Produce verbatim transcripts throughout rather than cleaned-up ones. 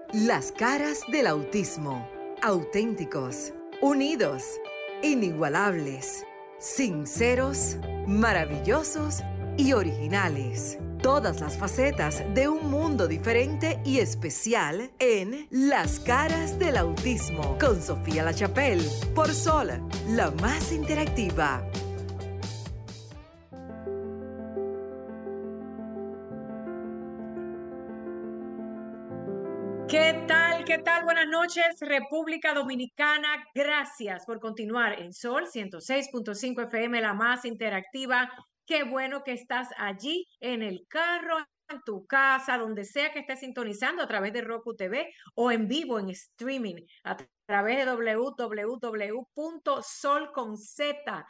Las caras del autismo. Auténticos, unidos, inigualables, sinceros, maravillosos y originales. Todas las facetas de un mundo diferente y especial en Las caras del autismo con Sofía La Chapelle por Sol, la más interactiva. ¿Qué tal? ¿Qué tal? Buenas noches, República Dominicana. Gracias por continuar en Sol ciento seis punto cinco F M, la más interactiva. Qué bueno que estás allí en el carro, en tu casa, donde sea que estés sintonizando a través de Roku T V o en vivo en streaming a través de doble u doble u doble u punto sol con z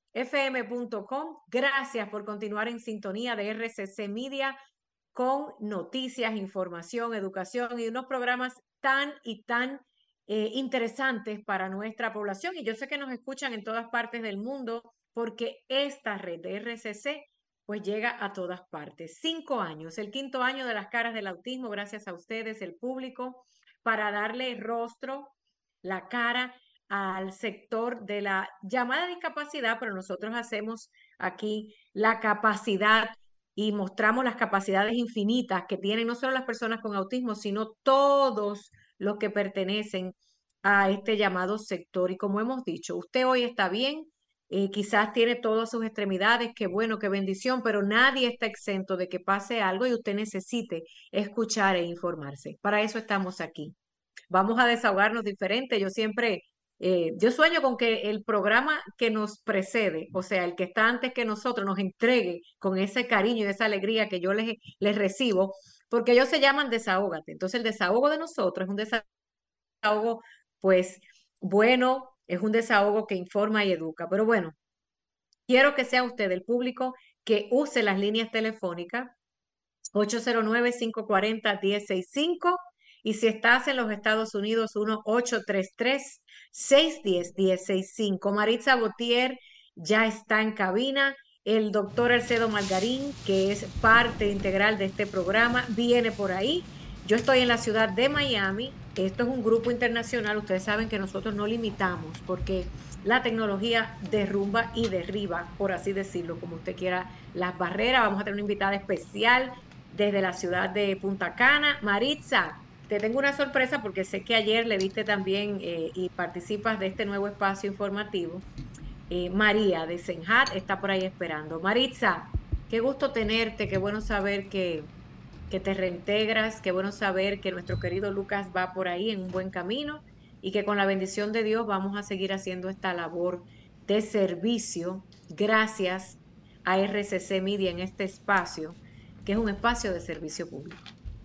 f m punto com. Gracias por continuar en sintonía de R C C Media con noticias, información, educación y unos programas tan y tan eh, interesantes para nuestra población. Y yo sé que nos escuchan en todas partes del mundo porque esta red de R C C pues llega a todas partes. Cinco años, el quinto año de las caras del autismo, gracias a ustedes, el público, para darle rostro, la cara al sector de la llamada discapacidad, pero nosotros hacemos aquí la capacidad y mostramos las capacidades infinitas que tienen no solo las personas con autismo, sino todos los que pertenecen a este llamado sector. Y como hemos dicho, usted hoy está bien, eh, quizás tiene todas sus extremidades, qué bueno, qué bendición, pero nadie está exento de que pase algo y usted necesite escuchar e informarse. Para eso estamos aquí. Vamos a desahogarnos diferente. Yo siempre, eh, yo sueño con que el programa que nos precede, o sea, el que está antes que nosotros, nos entregue con ese cariño y esa alegría que yo les, les recibo, porque ellos se llaman desahógate. Entonces el desahogo de nosotros es un desahogo, pues, bueno, es un desahogo que informa y educa. Pero bueno, quiero que sea usted el público que use las líneas telefónicas ocho cero nueve, cinco cuatro cero, uno cero seis cinco y si estás en los Estados Unidos, uno ocho tres tres, seis uno cero, uno cero seis cinco. Maritza Botier ya está en cabina. El doctor Alcedo Margarín, que es parte integral de este programa, viene por ahí. Yo estoy en la ciudad de Miami. Esto es un grupo internacional. Ustedes saben que nosotros no limitamos porque la tecnología derrumba y derriba, por así decirlo, como usted quiera, las barreras. Vamos a tener una invitada especial desde la ciudad de Punta Cana. Maritza, te tengo una sorpresa porque sé que ayer le diste también eh, y participas de este nuevo espacio informativo. Eh, María de Senhat está por ahí esperando. Maritza, qué gusto tenerte, qué bueno saber que, que te reintegras, qué bueno saber que nuestro querido Lucas va por ahí en un buen camino y que con la bendición de Dios vamos a seguir haciendo esta labor de servicio gracias a R C C Media en este espacio, que es un espacio de servicio público.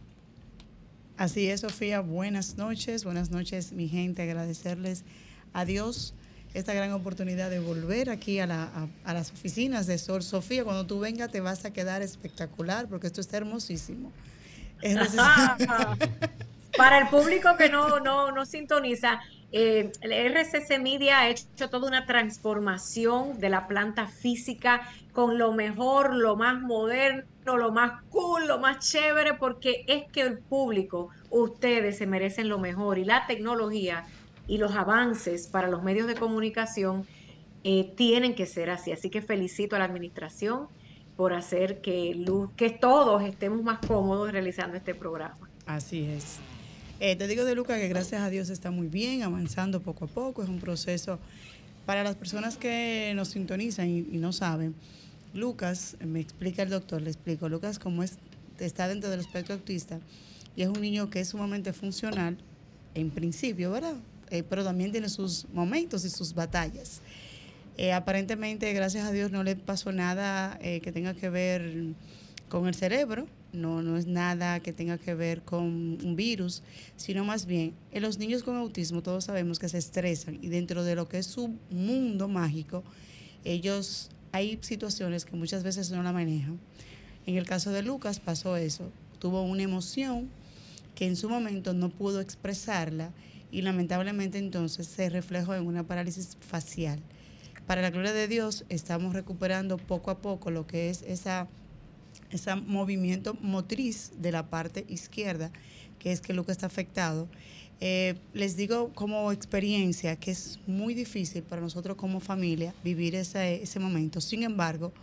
Así es, Sofía. Buenas noches, buenas noches, mi gente. Agradecerles a Dios esta gran oportunidad de volver aquí a, la, a, a las oficinas de Sol. Sofía, cuando tú vengas te vas a quedar espectacular porque esto está hermosísimo. Es Para el público que no, no, no sintoniza, eh, el R C C Media ha hecho toda una transformación de la planta física con lo mejor, lo más moderno, lo más cool, lo más chévere, porque es que el público, ustedes se merecen lo mejor y la tecnología y los avances para los medios de comunicación eh, tienen que ser así. Así que felicito a la administración por hacer que, que todos estemos más cómodos realizando este programa. Así es. Eh, te digo de Luca que gracias a Dios está muy bien, avanzando poco a poco. Es un proceso para las personas que nos sintonizan y, y no saben. Lucas, me explica el doctor, le explico, Lucas como es, está dentro del espectro autista y es un niño que es sumamente funcional, en principio, ¿verdad? Eh, pero también tiene sus momentos y sus batallas. Eh, aparentemente, gracias a Dios, no le pasó nada eh, que tenga que ver con el cerebro, no, no es nada que tenga que ver con un virus, sino más bien, en los niños con autismo todos sabemos que se estresan y dentro de lo que es su mundo mágico, ellos hay situaciones que muchas veces no la manejan. En el caso de Lucas pasó eso, tuvo una emoción que en su momento no pudo expresarla y lamentablemente entonces se reflejó en una parálisis facial. Para la gloria de Dios, estamos recuperando poco a poco lo que es esa ese movimiento motriz de la parte izquierda, que es que Lucas está afectado. Eh, les digo como experiencia que es muy difícil para nosotros como familia vivir ese, ese momento. Sin embargo,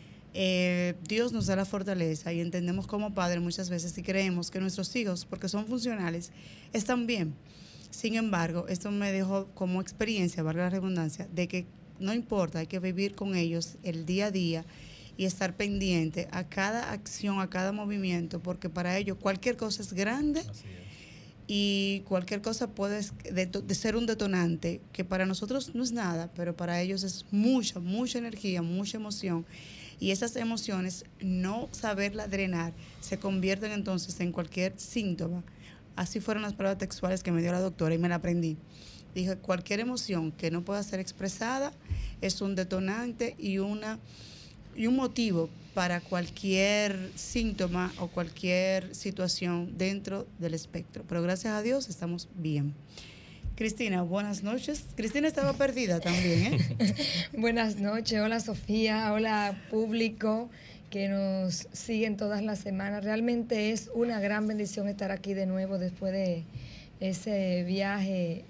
eh, Dios nos da la fortaleza y entendemos como padres muchas veces y creemos que nuestros hijos, porque son funcionales, están bien. Sin embargo, esto me dejó como experiencia, valga la redundancia, de que no importa, hay que vivir con ellos el día a día y estar pendiente a cada acción, a cada movimiento, porque para ellos cualquier cosa es grande. Así es. Y cualquier cosa puede de, de ser un detonante, que para nosotros no es nada, pero para ellos es mucha, mucha energía, mucha emoción. Y esas emociones, no saberlas drenar, se convierten entonces en cualquier síntoma. Así fueron las palabras textuales que me dio la doctora y me la aprendí. Dije, cualquier emoción que no pueda ser expresada es un detonante y, una, y un motivo para cualquier síntoma o cualquier situación dentro del espectro. Pero gracias a Dios estamos bien. Cristina, buenas noches. Cristina estaba perdida también, ¿eh? Buenas noches, hola Sofía, hola público que nos siguen todas las semanas. Realmente es una gran bendición estar aquí de nuevo después de ese viaje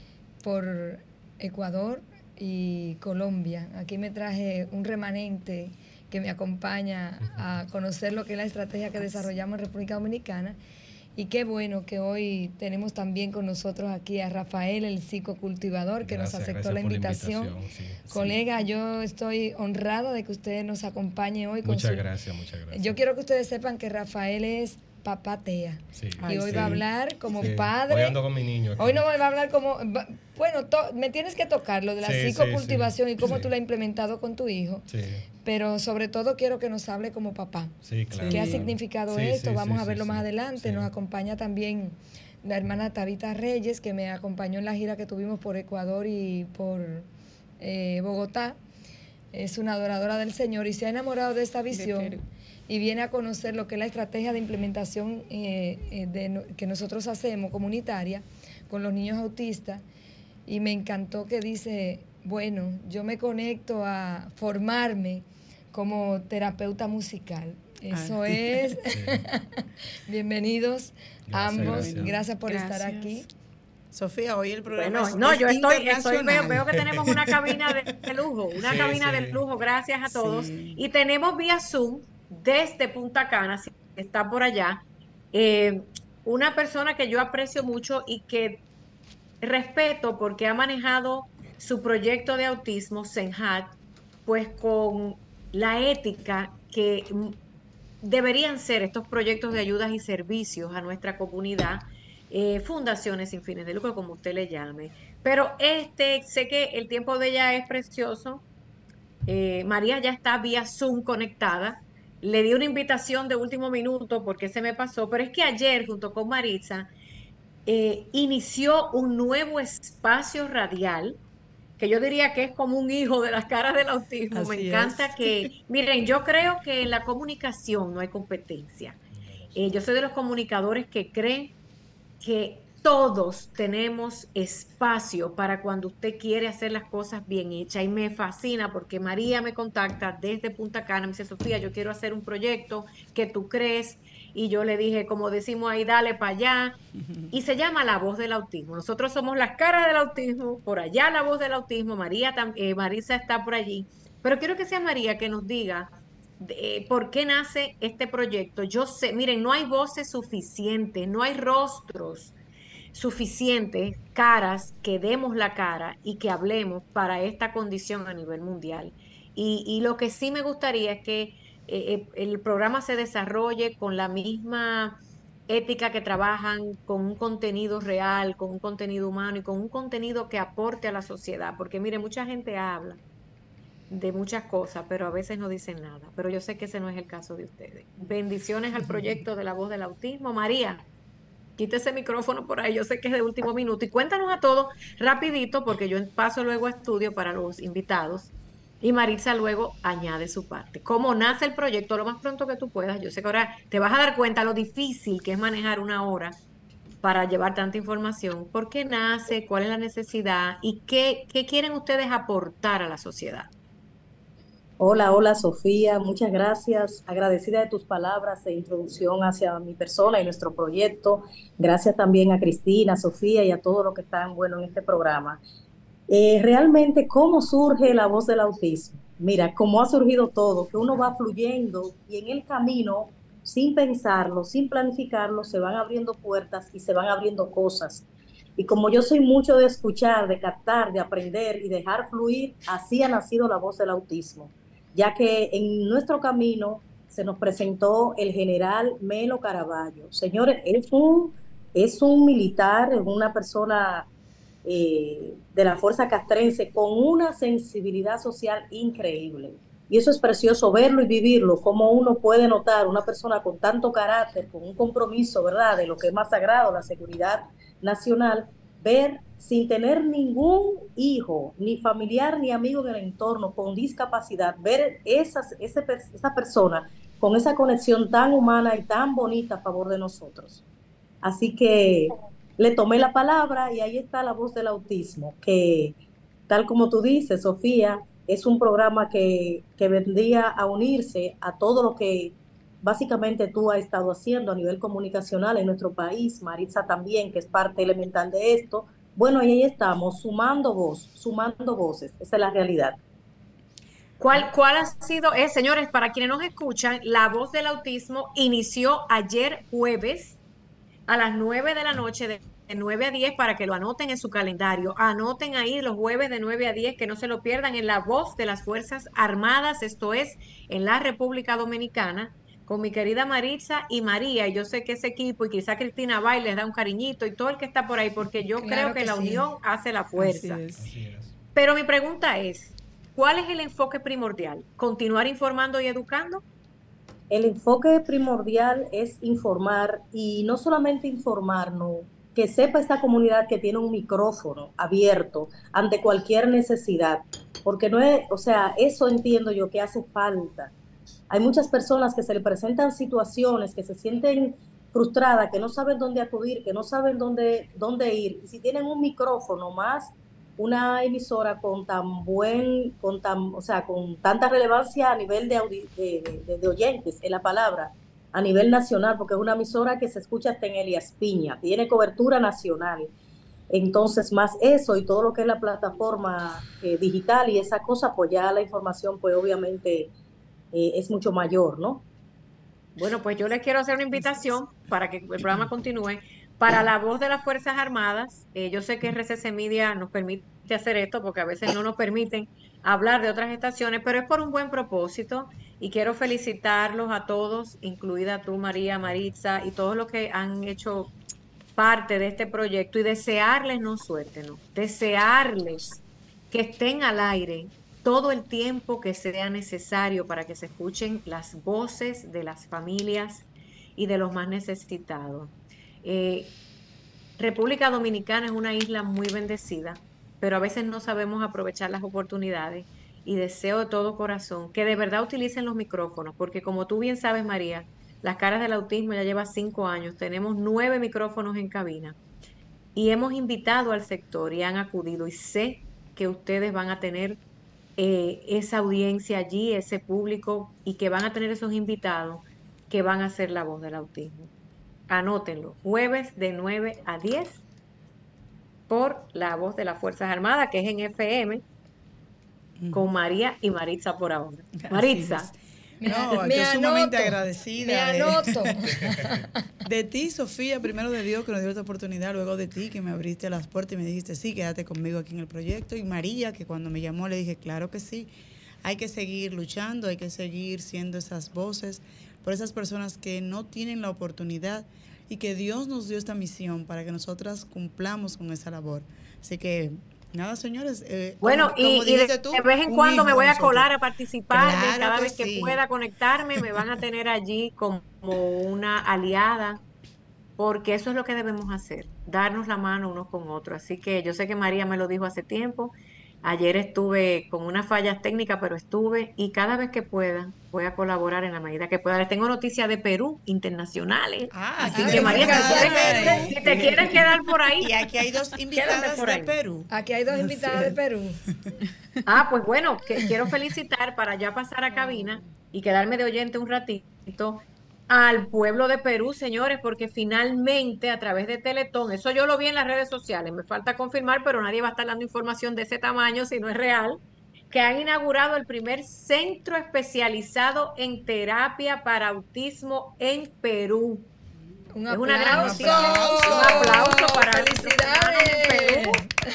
por Ecuador y Colombia. Aquí me traje un remanente que me acompaña a conocer lo que es la estrategia que desarrollamos en República Dominicana. Y qué bueno que hoy tenemos también con nosotros aquí a Rafael, el psicocultivador, que gracias, nos aceptó la invitación. La invitación sí, Colega, sí. Yo estoy honrada de que usted nos acompañe hoy. Muchas con gracias, su... muchas gracias. Yo quiero que ustedes sepan que Rafael es papá Tea. Sí. Y Ay, hoy sí. va a hablar como sí. padre. Hoy ando con mi niño aquí. Hoy no me va a hablar como... Bueno, to, me tienes que tocar lo de la sí, psicocultivación sí, sí. y cómo sí. tú la has implementado con tu hijo. Sí. Pero sobre todo quiero que nos hable como papá. Sí, claro. ¿Qué ha significado sí, esto? Sí, Vamos sí, a verlo sí, más sí. adelante. Sí. Nos acompaña también la hermana Tabita Reyes, que me acompañó en la gira que tuvimos por Ecuador y por eh, Bogotá. Es una adoradora del Señor y se ha enamorado de esta visión y viene a conocer lo que es la estrategia de implementación eh, de, que nosotros hacemos comunitaria con los niños autistas. Y me encantó que dice, bueno, yo me conecto a formarme como terapeuta musical. Eso ah. es. Sí. Bienvenidos gracias, ambos. Gracias, gracias por gracias. estar aquí. Sofía, hoy el programa bueno, es no, yo estoy, estoy veo, veo que tenemos una cabina de, de lujo, una sí, cabina sí. de lujo, gracias a todos. Sí. Y tenemos vía Zoom desde Punta Cana, si está por allá, eh, una persona que yo aprecio mucho y que respeto porque ha manejado su proyecto de autismo, Senhat, pues con la ética que deberían ser estos proyectos de ayudas y servicios a nuestra comunidad, eh, fundaciones sin fines de lucro, como usted le llame. Pero este, sé que el tiempo de ella es precioso. Eh, María ya está vía Zoom conectada. Le di una invitación de último minuto porque se me pasó, pero es que ayer, junto con Maritza, eh, inició un nuevo espacio radial que yo diría que es como un hijo de las caras del autismo. Así me encanta es. que, miren, yo creo que en la comunicación no hay competencia. Eh, yo soy de los comunicadores que creen que todos tenemos espacio para cuando usted quiere hacer las cosas bien hechas y me fascina porque María me contacta desde Punta Cana, me dice, Sofía, yo quiero hacer un proyecto que tú crees y yo le dije, como decimos ahí, dale para allá y se llama La Voz del Autismo. Nosotros somos las caras del autismo, por allá La Voz del Autismo, María, eh, Marisa está por allí, pero quiero que sea María que nos diga de, ¿por qué nace este proyecto? Yo sé, miren, no hay voces suficientes, no hay rostros suficientes, caras, que demos la cara y que hablemos para esta condición a nivel mundial. Y, y lo que sí me gustaría es que eh, el programa se desarrolle con la misma ética que trabajan, con un contenido real, con un contenido humano y con un contenido que aporte a la sociedad. Porque mire, mucha gente habla de muchas cosas, pero a veces no dicen nada. Pero yo sé que ese no es el caso de ustedes. Bendiciones al proyecto de La Voz del Autismo. María, quítese el micrófono por ahí, yo sé que es de último minuto. Y cuéntanos a todos rapidito, porque yo paso luego a estudio para los invitados. Y Maritza luego añade su parte. ¿Cómo nace el proyecto? Lo más pronto que tú puedas. Yo sé que ahora te vas a dar cuenta lo difícil que es manejar una hora para llevar tanta información. ¿Por qué nace? ¿Cuál es la necesidad? ¿Y qué, qué quieren ustedes aportar a la sociedad? Hola, hola Sofía, muchas gracias. Agradecida de tus palabras de introducción hacia mi persona y nuestro proyecto. Gracias también a Cristina, Sofía y a todos los que están, bueno, en este programa. Eh, realmente, ¿cómo surge la voz del autismo? Mira, cómo ha surgido todo, que uno va fluyendo y en el camino, sin pensarlo, sin planificarlo, se van abriendo puertas y se van abriendo cosas. Y como yo soy mucho de escuchar, de captar, de aprender y dejar fluir, así ha nacido la voz del autismo, ya que en nuestro camino se nos presentó el general Melo Caraballo. Señores, es un, es un militar, es una persona eh, de la fuerza castrense con una sensibilidad social increíble. Y eso es precioso verlo y vivirlo, como uno puede notar una persona con tanto carácter, con un compromiso, ¿verdad?, de lo que es más sagrado, la seguridad nacional, ver sin tener ningún hijo, ni familiar, ni amigo del entorno con discapacidad, ver esas, ese, esa persona con esa conexión tan humana y tan bonita a favor de nosotros. Así que le tomé la palabra y ahí está la voz del autismo, que tal como tú dices, Sofía, es un programa que, que vendría a unirse a todo lo que básicamente tú has estado haciendo a nivel comunicacional en nuestro país, Maritza también, que es parte elemental de esto. Bueno, y ahí estamos, sumando voz, sumando voces, esa es la realidad. ¿Cuál, cuál ha sido, eh, señores, para quienes nos escuchan, la voz del autismo inició ayer jueves a las nueve de la noche, de, de nueve a diez, para que lo anoten en su calendario. Anoten ahí los jueves de nueve a diez, que no se lo pierdan, en la voz de las Fuerzas Armadas, esto es, en la República Dominicana, con mi querida Maritza y María. Y yo sé que ese equipo, y quizá Cristina Bay les da un cariñito y todo el que está por ahí, porque yo creo Claro que que la sí. unión hace la Así fuerza. es. Así es. Pero mi pregunta es, ¿cuál es el enfoque primordial? ¿Continuar informando y educando? El enfoque primordial es informar y no solamente informarnos, que sepa esta comunidad que tiene un micrófono abierto ante cualquier necesidad, porque no es, o sea, eso entiendo yo que hace falta. Hay muchas personas que se le presentan situaciones, que se sienten frustradas, que no saben dónde acudir, que no saben dónde, dónde ir, y si tienen un micrófono más, una emisora con tan buen, con tan, o sea, con tanta relevancia a nivel de, audi de, de, de oyentes, en la palabra, a nivel nacional, porque es una emisora que se escucha hasta en Elías Piña, tiene cobertura nacional. Entonces, más eso y todo lo que es la plataforma eh, digital y esa cosa, pues ya la información, pues obviamente eh, es mucho mayor, ¿no? Bueno, pues yo les quiero hacer una invitación para que el programa continúe. Para la voz de las Fuerzas Armadas, eh, yo sé que R C C Media nos permite hacer esto porque a veces no nos permiten hablar de otras estaciones, pero es por un buen propósito y quiero felicitarlos a todos, incluida tú, María, Maritza, y todos los que han hecho parte de este proyecto y desearles, no suerte, no, desearles que estén al aire todo el tiempo que sea necesario para que se escuchen las voces de las familias y de los más necesitados. Eh, República Dominicana es una isla muy bendecida, pero a veces no sabemos aprovechar las oportunidades y deseo de todo corazón que de verdad utilicen los micrófonos, porque como tú bien sabes, María, las caras del autismo ya lleva cinco años, tenemos nueve micrófonos en cabina y hemos invitado al sector y han acudido y sé que ustedes van a tener eh, esa audiencia allí, ese público y que van a tener esos invitados que van a ser la voz del autismo. Anótenlo, jueves de nueve a diez por la voz de las Fuerzas Armadas, que es en F M, con María y Maritza por ahora. Así es. Maritza. Me, No, me yo sumamente anoto, agradecida me de, anoto. de ti, Sofía, primero de Dios que nos dio esta oportunidad, luego de ti que me abriste las puertas y me dijiste, sí, quédate conmigo aquí en el proyecto, y María, que cuando me llamó le dije, claro que sí, hay que seguir luchando, hay que seguir siendo esas voces por esas personas que no tienen la oportunidad y que Dios nos dio esta misión para que nosotras cumplamos con esa labor. Así que nada, señores, eh, como, Bueno, y, como y de, dijiste tú, de vez en un cuando hijo me de voy a nosotros. colar a participar, de Claro cada que vez que sí. pueda conectarme, me van a tener allí como una aliada, porque eso es lo que debemos hacer, darnos la mano unos con otros. Así que yo sé que María me lo dijo hace tiempo, Ayer estuve con unas fallas técnicas, pero estuve y cada vez que pueda voy a colaborar en la medida que pueda. Les tengo noticias de Perú internacionales. Ah, Así aquí que tenemos María, si, invitada de Perú. si te quieres quedar por ahí. Y aquí hay dos invitadas por de ahí. Perú. Aquí hay dos invitadas de Perú. Ah, pues bueno, que quiero felicitar para ya pasar a cabina y quedarme de oyente un ratito al pueblo de Perú, señores, porque finalmente a través de Teletón, eso yo lo vi en las redes sociales, me falta confirmar, pero nadie va a estar dando información de ese tamaño si no es real, que han inaugurado el primer centro especializado en terapia para autismo en Perú. Un es una gran aplauso. noticia. Un aplauso para ¡Felicidades!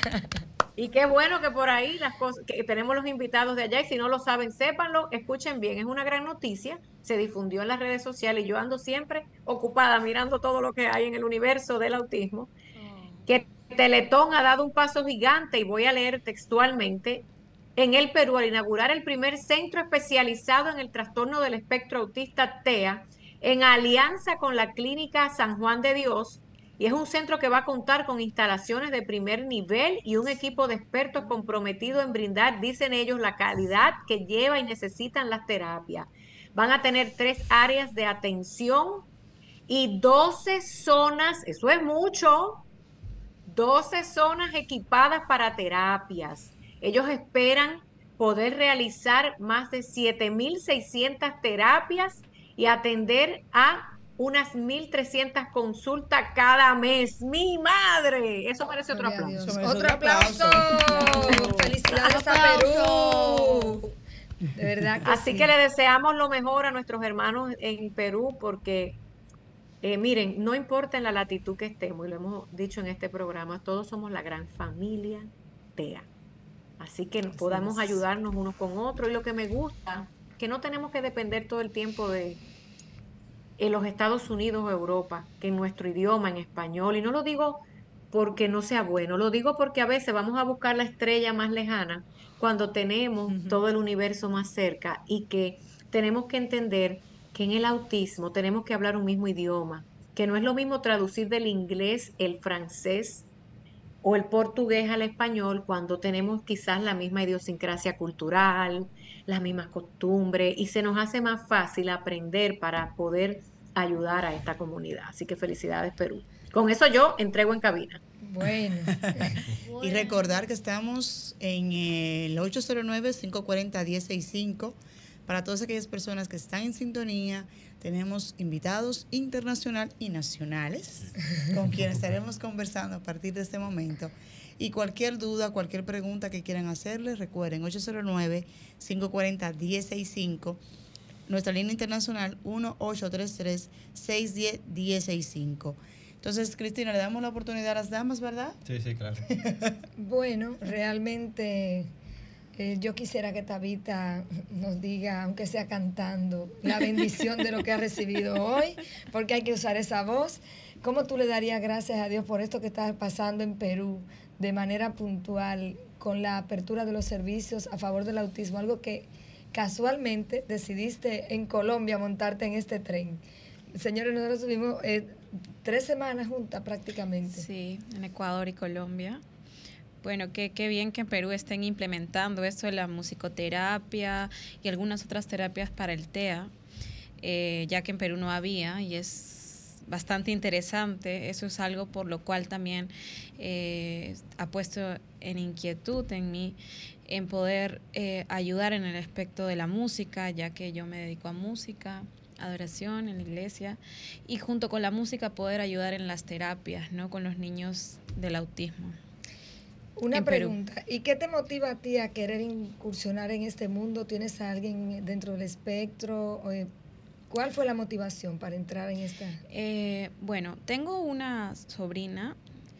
Y qué bueno que por ahí las cosas, que tenemos los invitados de allá, y si no lo saben, sépanlo, escuchen bien, es una gran noticia, se difundió en las redes sociales y yo ando siempre ocupada mirando todo lo que hay en el universo del autismo, que Teletón ha dado un paso gigante, y voy a leer textualmente, en el Perú, al inaugurar el primer centro especializado en el trastorno del espectro autista T E A, en alianza con la Clínica San Juan de Dios, y es un centro que va a contar con instalaciones de primer nivel y un equipo de expertos comprometido en brindar, dicen ellos, la calidad que lleva y necesitan las terapias. Van a tener tres áreas de atención y doce zonas, eso es mucho, doce zonas equipadas para terapias. Ellos esperan poder realizar más de siete mil seiscientas terapias y atender a unas mil trescientas consultas cada mes. ¡Mi madre! Eso merece otro aplauso. Otro, otro aplauso. aplauso. Felicidades a Perú. De verdad que Así sí. que le deseamos lo mejor a nuestros hermanos en Perú, porque eh, miren, no importa en la latitud que estemos, y lo hemos dicho en este programa, todos somos la gran familia T E A. Así que Así podamos es. ayudarnos unos con otros. Y lo que me gusta, que no tenemos que depender todo el tiempo de en los Estados Unidos o Europa, que en nuestro idioma, en español, y no lo digo porque no sea bueno, lo digo porque a veces vamos a buscar la estrella más lejana cuando tenemos uh-huh. todo el universo más cerca, y que tenemos que entender que en el autismo tenemos que hablar un mismo idioma, que no es lo mismo traducir del inglés, el francés o el portugués al español cuando tenemos quizás la misma idiosincrasia cultural, las mismas costumbres, y se nos hace más fácil aprender para poder ayudar a esta comunidad. Así que felicidades, Perú. Con eso yo entrego en cabina. Bueno. Y recordar que estamos en el ocho cero nueve, cinco cuatro cero, uno cero seis cinco. Para todas aquellas personas que están en sintonía, tenemos invitados internacionales y nacionales con quienes estaremos conversando a partir de este momento. Y cualquier duda, cualquier pregunta que quieran hacerles, recuerden ocho cero nueve, cinco cuatro cero, uno cero seis cinco. Nuestra línea internacional uno ocho tres tres, seis uno cero, uno cero seis cinco. Entonces, Cristina, le damos la oportunidad a las damas, ¿verdad? Sí, sí, claro. Bueno, realmente eh, yo quisiera que Tabita nos diga, aunque sea cantando, la bendición de lo que ha recibido hoy, porque hay que usar esa voz. ¿Cómo tú le darías gracias a Dios por esto que está pasando en Perú de manera puntual con la apertura de los servicios a favor del autismo? Algo que casualmente decidiste en Colombia montarte en este tren. Señores, nosotros tuvimos eh, tres semanas juntas prácticamente. Sí, en Ecuador y Colombia. Bueno, qué, qué bien que en Perú estén implementando esto de la musicoterapia y algunas otras terapias para el T E A, eh, ya que en Perú no había, y es bastante interesante. Eso es algo por lo cual también eh, ha puesto en inquietud en mí en poder eh, ayudar en el aspecto de la música, ya que yo me dedico a música, adoración en la iglesia, y junto con la música poder ayudar en las terapias, ¿no?, con los niños del autismo. Una pregunta, Perú. ¿Y qué te motiva a ti a querer incursionar en este mundo? ¿Tienes a alguien dentro del espectro? ¿Cuál fue la motivación para entrar en esta? Eh, bueno, tengo una sobrina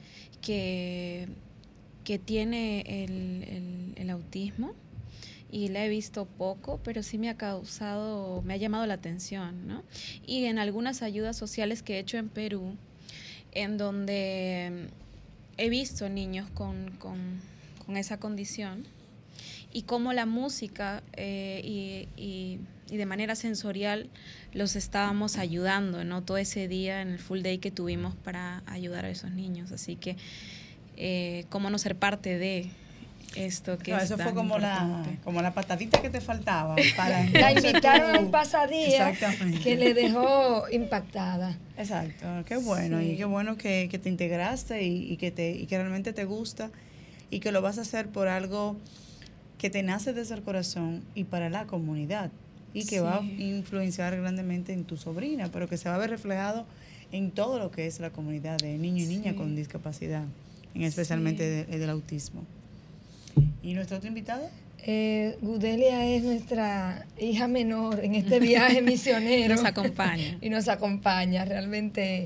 que, que tiene el, el, el autismo, y la he visto poco, pero sí me ha causado, me ha llamado la atención, ¿no? Y en algunas ayudas sociales que he hecho en Perú, en donde he visto niños con, con, con esa condición, y cómo la música eh, y, y, y de manera sensorial los estábamos ayudando, ¿no?, todo ese día en el full day que tuvimos para ayudar a esos niños. Así que, eh, cómo no ser parte de... esto que no, es eso tan fue como la, como la patadita que te faltaba para la invitaron al pasadía exactamente, que le dejó impactada. Exacto, qué bueno, sí. Y qué bueno que, que te integraste y, y que te y que realmente te gusta y que lo vas a hacer por algo que te nace desde el corazón y para la comunidad y que sí. va a influenciar grandemente en tu sobrina, pero que se va a ver reflejado en todo lo que es la comunidad de niños y niñas sí. con discapacidad, en especialmente sí. de, del autismo. ¿Y nuestro otro invitado? Eh, Gudelia es nuestra hija menor en este viaje misionero. Nos acompaña. Y nos acompaña. Realmente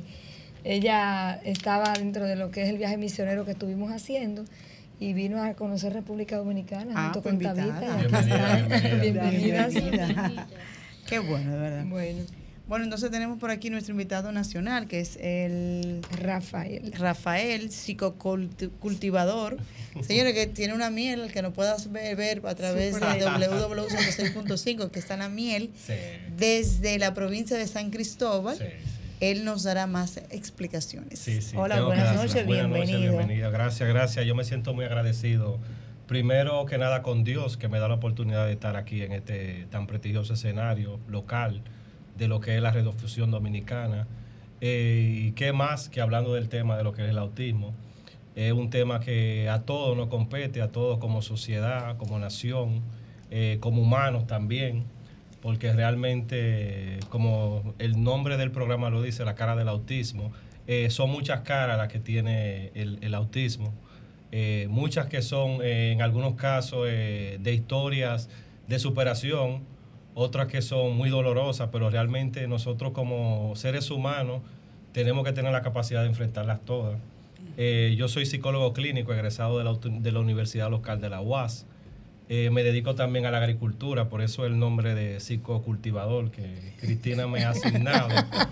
ella estaba dentro de lo que es el viaje misionero que estuvimos haciendo y vino a conocer República Dominicana ah, junto pues con Tabita. Bienvenida, bienvenida. Bienvenida. Bienvenida. Qué bueno, de verdad. Bueno. Bueno, entonces tenemos por aquí nuestro invitado nacional, que es el Rafael. Rafael, psicocultivador. Señores, que tiene una miel que no puedas ver, ver a través Super de doble u doble u punto ciento seis punto cinco, que está en la miel, sí. desde la provincia de San Cristóbal. Sí, sí. Él nos dará más explicaciones. Sí, sí, Hola, buenas noches, buenas bienvenido. Noches, bienvenido. Gracias, gracias. Yo me siento muy agradecido. Primero que nada con Dios, que me da la oportunidad de estar aquí en este tan prestigioso escenario local de lo que es la Radiofusión Dominicana. Eh, y qué más que hablando del tema de lo que es el autismo. Es un tema que a todos nos compete, a todos como sociedad, como nación, eh, como humanos también, porque realmente, como el nombre del programa lo dice, la cara del autismo, eh, son muchas caras las que tiene el, el autismo. Eh, muchas que son, eh, en algunos casos, eh, de historias de superación, otras que son muy dolorosas, pero realmente nosotros como seres humanos tenemos que tener la capacidad de enfrentarlas todas. Eh, yo soy psicólogo clínico egresado de la, de la Universidad Local de la U A S. Eh, me dedico también a la agricultura, por eso el nombre de psicocultivador que Cristina me ha asignado,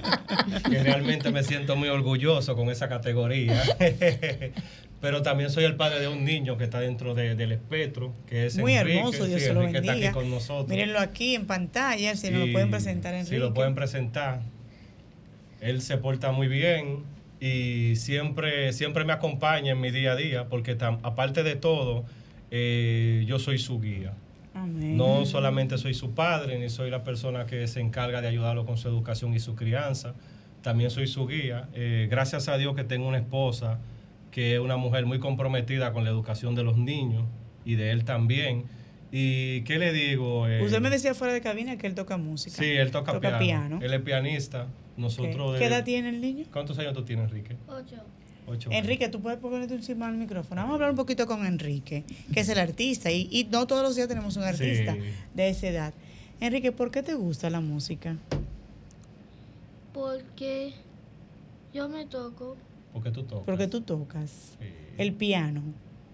que realmente me siento muy orgulloso con esa categoría. Pero también soy el padre de un niño que está dentro de, del espectro, que es muy Enrique. hermoso, Dios sí, se lo Enrique bendiga. Está aquí con nosotros. Mírenlo aquí en pantalla, si sí, nos lo pueden presentar, Enrique. Sí, lo pueden presentar. Él se porta muy bien y siempre, siempre me acompaña en mi día a día, porque tam, aparte de todo, eh, yo soy su guía. Amén. No solamente soy su padre, ni soy la persona que se encarga de ayudarlo con su educación y su crianza, también soy su guía. Eh, gracias a Dios que tengo una esposa que es una mujer muy comprometida con la educación de los niños y de él también. ¿Y qué le digo? Eh, Usted me decía fuera de cabina que él toca música. Sí, él toca, toca piano. piano. Él es pianista. Nosotros okay. ¿Qué edad tiene el niño? ¿Cuántos años tú tienes, Enrique? Ocho. Ocho Enrique, tú puedes ponerte encima del micrófono. Vamos a hablar un poquito con Enrique, que es el artista. Y, y no todos los días tenemos un artista sí. de esa edad. Enrique, ¿por qué te gusta la música? Porque yo me toco. ¿Por qué tú tocas? Porque tú tocas. Sí. El piano.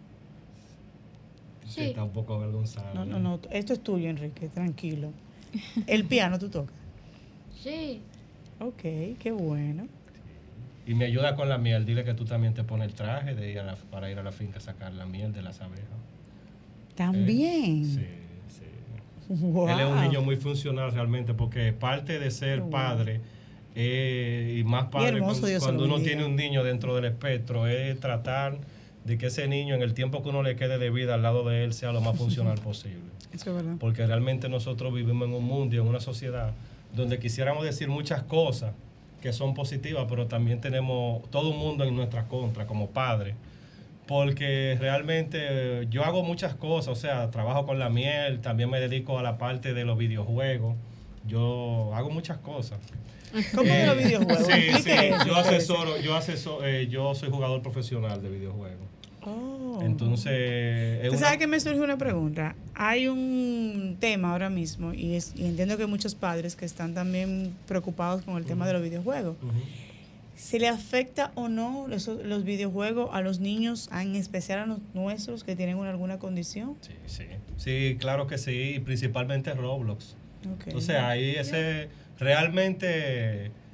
Sí. Está un poco avergonzado. No, no, no. Esto es tuyo, Enrique. Tranquilo. ¿El piano tú tocas? Sí. Ok, qué bueno. Y me ayuda con la miel. Dile que tú también te pones el traje de ir a la, para ir a la finca a sacar la miel de las abejas. ¿También? ¿Eh? Sí, sí. Wow. Él es un niño muy funcional realmente, porque parte de ser wow. padre... Eh, y más padre, y hermoso, cuando, cuando uno tiene un niño dentro del espectro, es tratar de que ese niño en el tiempo que uno le quede de vida al lado de él sea lo más funcional posible. Eso es verdad. Porque realmente nosotros vivimos en un mundo y en una sociedad donde quisiéramos decir muchas cosas que son positivas, pero también tenemos todo un mundo en nuestra contra como padres. Porque realmente yo hago muchas cosas, o sea, trabajo con la miel, también me dedico a la parte de los videojuegos, yo hago muchas cosas. ¿Cómo eh, de los videojuegos? Sí, sí, yo asesoro, yo asesoro, eh, yo soy jugador profesional de videojuegos. Oh. Entonces, ¿tú sabes que me surge una pregunta? Hay un tema ahora mismo y, es, y entiendo que muchos padres que están también preocupados con el tema uh-huh. de los videojuegos. Uh-huh. ¿Se le afecta o no los, los videojuegos a los niños, en especial a los nuestros que tienen una, alguna condición? Sí, sí, sí, claro que sí, principalmente Roblox. Okay. Entonces ahí ese realmente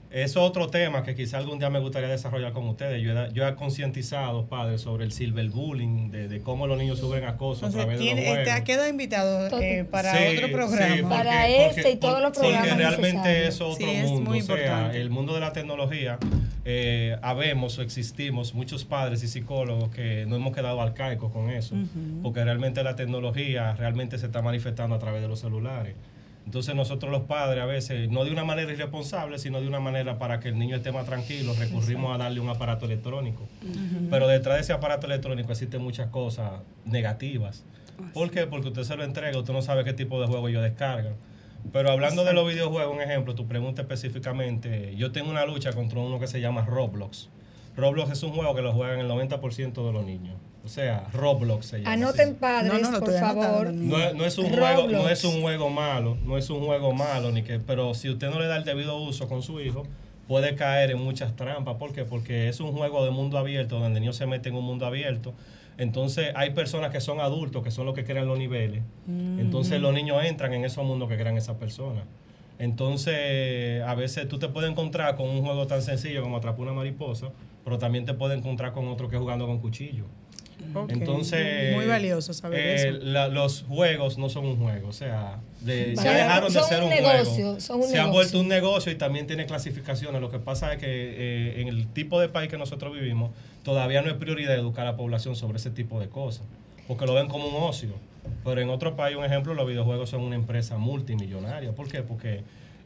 es otro tema que quizá algún día me gustaría desarrollar con ustedes. Yo he, yo he concientizado, padres, sobre el cyberbullying, de, de cómo los niños sufren acoso Entonces, a través tiene, de los juegos. Te ha quedado invitado eh, para sí, otro programa. Sí, porque, para este porque, y todos los programas porque realmente necesarios. es otro Sí, es mundo. muy o sea, importante. el mundo de la tecnología, eh, habemos o existimos muchos padres y psicólogos que no hemos quedado arcaicos con eso, uh-huh. porque realmente la tecnología realmente se está manifestando a través de los celulares. Entonces nosotros los padres a veces, no de una manera irresponsable, sino de una manera para que el niño esté más tranquilo, recurrimos Exacto. a darle un aparato electrónico. Uh-huh. Pero detrás de ese aparato electrónico existen muchas cosas negativas. ¿Por qué? Porque usted se lo entrega, usted no sabe qué tipo de juego ellos descargan. Pero hablando Exacto. de los videojuegos, un ejemplo, tu pregunta específicamente, yo tengo una lucha contra uno que se llama Roblox. Roblox es un juego que lo juegan el noventa por ciento de los niños. O sea, Roblox se llama. Anoten padres, no, no, no, por favor. No, no, es un juego, no es un juego malo, no es un juego malo, ni que, pero si usted no le da el debido uso con su hijo, puede caer en muchas trampas. ¿Por qué? Porque es un juego de mundo abierto, donde el niño se mete en un mundo abierto. Entonces hay personas que son adultos, que son los que crean los niveles. Mm-hmm. Entonces los niños entran en esos mundos que crean esas personas. Entonces a veces tú te puedes encontrar con un juego tan sencillo como atrapar una mariposa, pero también te puedes encontrar con otro que es jugando con cuchillo. Okay. Entonces, muy valioso saber eh, eso. La, los juegos no son un juego, o sea, de, vale, ya dejaron de ser un, negocio, juego, son un se negocio. han vuelto un negocio y también tiene clasificaciones. Lo que pasa es que eh, en el tipo de país que nosotros vivimos, todavía no es prioridad educar a la población sobre ese tipo de cosas, porque lo ven como un ocio. Pero en otro país, un ejemplo, los videojuegos son una empresa multimillonaria. ¿Por qué? Porque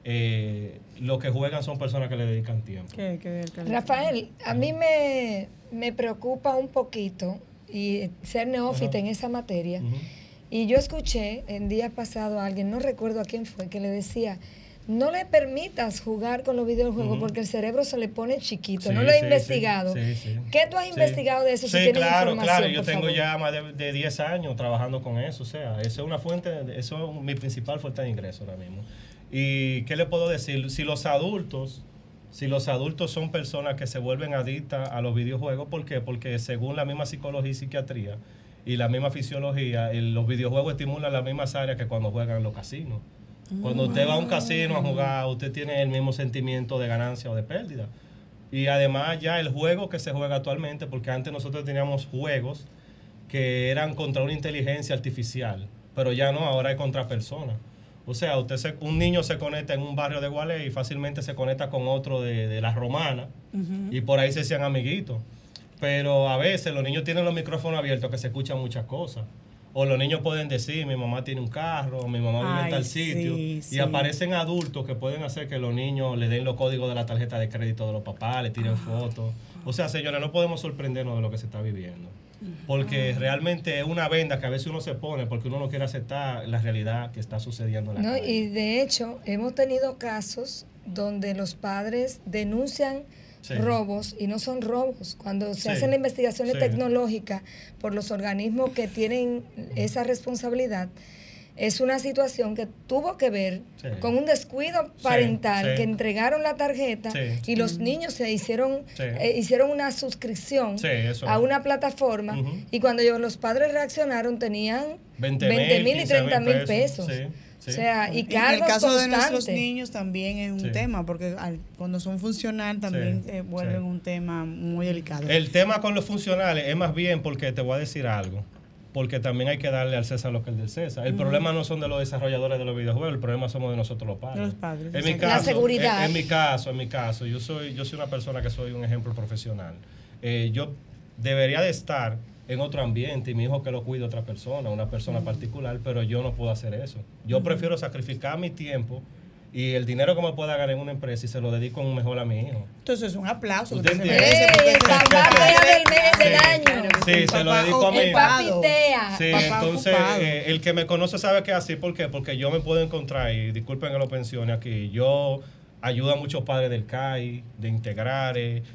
eh, lo que juegan son personas que le dedican tiempo. ¿Qué, qué, qué, Rafael, a mí me, me preocupa un poquito y ser neófita uh-huh. en esa materia. Uh-huh. Y yo escuché en días pasados a alguien, no recuerdo a quién fue, que le decía, no le permitas jugar con los videojuegos uh-huh. porque el cerebro se le pone chiquito. Sí, no lo he sí, investigado. Sí, sí, ¿Qué tú has sí. investigado de eso? Sí, si tienes claro, información, claro. Yo por tengo favor. ya más de, de diez años trabajando con eso. O sea, eso es una fuente, eso es mi principal fuente de ingreso ahora mismo. ¿Y qué le puedo decir? Si los adultos... Si los adultos son personas que se vuelven adictas a los videojuegos, ¿por qué? Porque según la misma psicología y psiquiatría y la misma fisiología, el, los videojuegos estimulan las mismas áreas que cuando juegan en los casinos. Cuando usted va a un casino a jugar, usted tiene el mismo sentimiento de ganancia o de pérdida. Y además ya el juego que se juega actualmente, porque antes nosotros teníamos juegos que eran contra una inteligencia artificial, pero ya no, ahora es contra personas. O sea, usted se, un niño se conecta en un barrio de Gualey y fácilmente se conecta con otro de, de la Romana uh-huh. y por ahí se hacían amiguitos. Pero a veces los niños tienen los micrófonos abiertos que se escuchan muchas cosas. O los niños pueden decir, mi mamá tiene un carro, mi mamá vive Ay, en tal sitio. Sí, sí. Y aparecen adultos que pueden hacer que los niños le den los códigos de la tarjeta de crédito de los papás, le tiren uh-huh. fotos. O sea, señores, no podemos sorprendernos de lo que se está viviendo. Porque realmente es una venda que a veces uno se pone porque uno no quiere aceptar la realidad que está sucediendo en la no, calle. Y de hecho, hemos tenido casos donde los padres denuncian sí. robos y no son robos. Cuando se sí. hacen las investigaciones sí. tecnológicas por los organismos que tienen esa responsabilidad, es una situación que tuvo que ver sí. con un descuido parental, sí, sí. que entregaron la tarjeta sí. y los niños se hicieron sí. eh, hicieron una suscripción sí, a una plataforma uh-huh. y cuando ellos, los padres reaccionaron tenían veinte mil y treinta mil pesos. Sí. Sí. O sea, y en cargos el caso constantes. de nuestros niños también es un sí. tema, porque al, cuando son funcionales también sí. eh, vuelven sí. un tema muy delicado. El tema con los funcionales es más bien porque te voy a decir algo. Porque también hay que darle al César lo que es del César. El uh-huh. problema no son de los desarrolladores de los videojuegos, el problema somos de nosotros los padres. Los padres. En mi caso, la seguridad. En, en mi caso, en mi caso, yo soy, yo soy una persona que soy un ejemplo profesional. Eh, yo debería de estar en otro ambiente y mi hijo que lo cuide otra persona, una persona uh-huh. particular, pero yo no puedo hacer eso. Yo uh-huh. prefiero sacrificar mi tiempo y el dinero que me pueda ganar en una empresa y se lo dedico mejor a mi hijo. Entonces, un aplauso. ¿Usted que entiende? ¡Ey! El papá tea del mes del año. Sí, se lo dedico a mi hijo. El papi tea. Sí, entonces, eh, el que me conoce sabe que es así. ¿Por qué? Porque yo me puedo encontrar, y disculpen que lo pensione aquí, yo ayudo a muchos padres del C A I, de Integrare,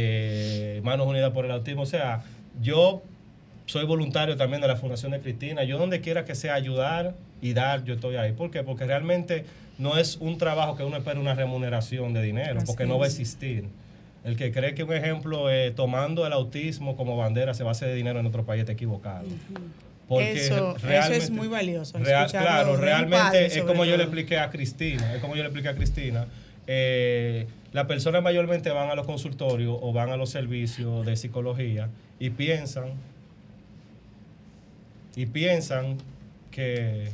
de Manos Unidas por el Autismo. O sea, yo soy voluntario también de la Fundación de Cristina. Yo donde quiera que sea ayudar y dar, yo estoy ahí. ¿Por qué? Porque realmente no es un trabajo que uno espera una remuneración de dinero, Así porque es. no va a existir. El que cree que un ejemplo, eh, tomando el autismo como bandera, se va a hacer de dinero en otro país, está equivocado. Uh-huh. Porque eso, eso es muy valioso. Real, claro, realmente es como yo le expliqué a Cristina, es como yo le expliqué a Cristina, eh, las personas mayormente van a los consultorios o van a los servicios de psicología y piensan, y piensan que,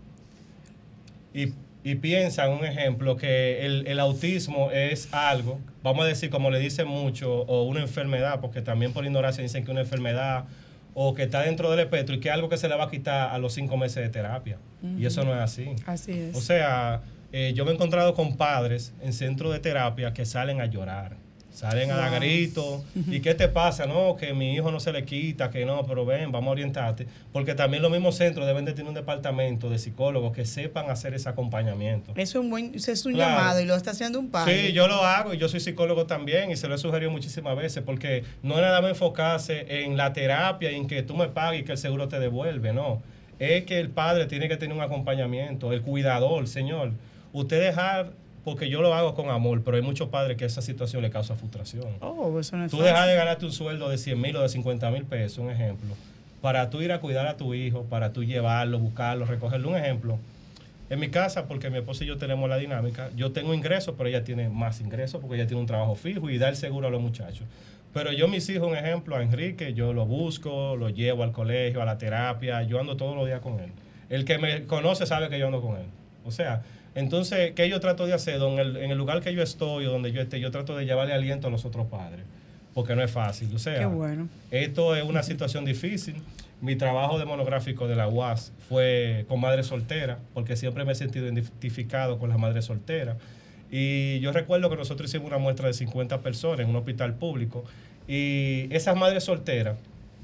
y, y piensan, un ejemplo, que el, el autismo es algo, vamos a decir, como le dicen mucho, o una enfermedad, porque también por ignorancia dicen que una enfermedad, o que está dentro del espectro y que es algo que se le va a quitar a los cinco meses de terapia. Uh-huh. Y eso no es así. Así es. O sea, eh, yo me he encontrado con padres en centros de terapia que salen a llorar, salen wow. a dar gritos. Uh-huh. ¿Y qué te pasa? No, que mi hijo no se le quita, que no, pero ven, vamos a orientarte. Porque también los mismos centros deben de tener un departamento de psicólogos que sepan hacer ese acompañamiento. Eso es un, buen, eso es un claro. llamado y lo está haciendo un padre. Sí, yo lo hago y yo soy psicólogo también y se lo he sugerido muchísimas veces porque no es nada más enfocarse en la terapia y en que tú me pagues y que el seguro te devuelve, no. Es que el padre tiene que tener un acompañamiento, el cuidador, señor. Usted dejar... Porque yo lo hago con amor, pero hay muchos padres que esa situación le causa frustración. Oh, eso no es tú fácil. dejas de ganarte un sueldo de cien mil o de cincuenta mil pesos, un ejemplo, para tú ir a cuidar a tu hijo, para tú llevarlo, buscarlo, recogerlo. Un ejemplo, en mi casa, porque mi esposa y yo tenemos la dinámica, yo tengo ingresos, pero ella tiene más ingresos porque ella tiene un trabajo fijo y da el seguro a los muchachos. Pero yo, mis hijos, un ejemplo, a Enrique, yo lo busco, lo llevo al colegio, a la terapia, yo ando todos los días con él. El que me conoce sabe que yo ando con él. O sea... Entonces, ¿qué yo trato de hacer? En el, en el lugar que yo estoy o donde yo esté, yo trato de llevarle aliento a los otros padres, porque no es fácil. O sea, qué bueno. Esto es una situación difícil. Mi trabajo de monográfico de la U A S fue con madres solteras, porque siempre me he sentido identificado con las madres solteras. Y yo recuerdo que nosotros hicimos una muestra de cincuenta personas en un hospital público, y esas madres solteras,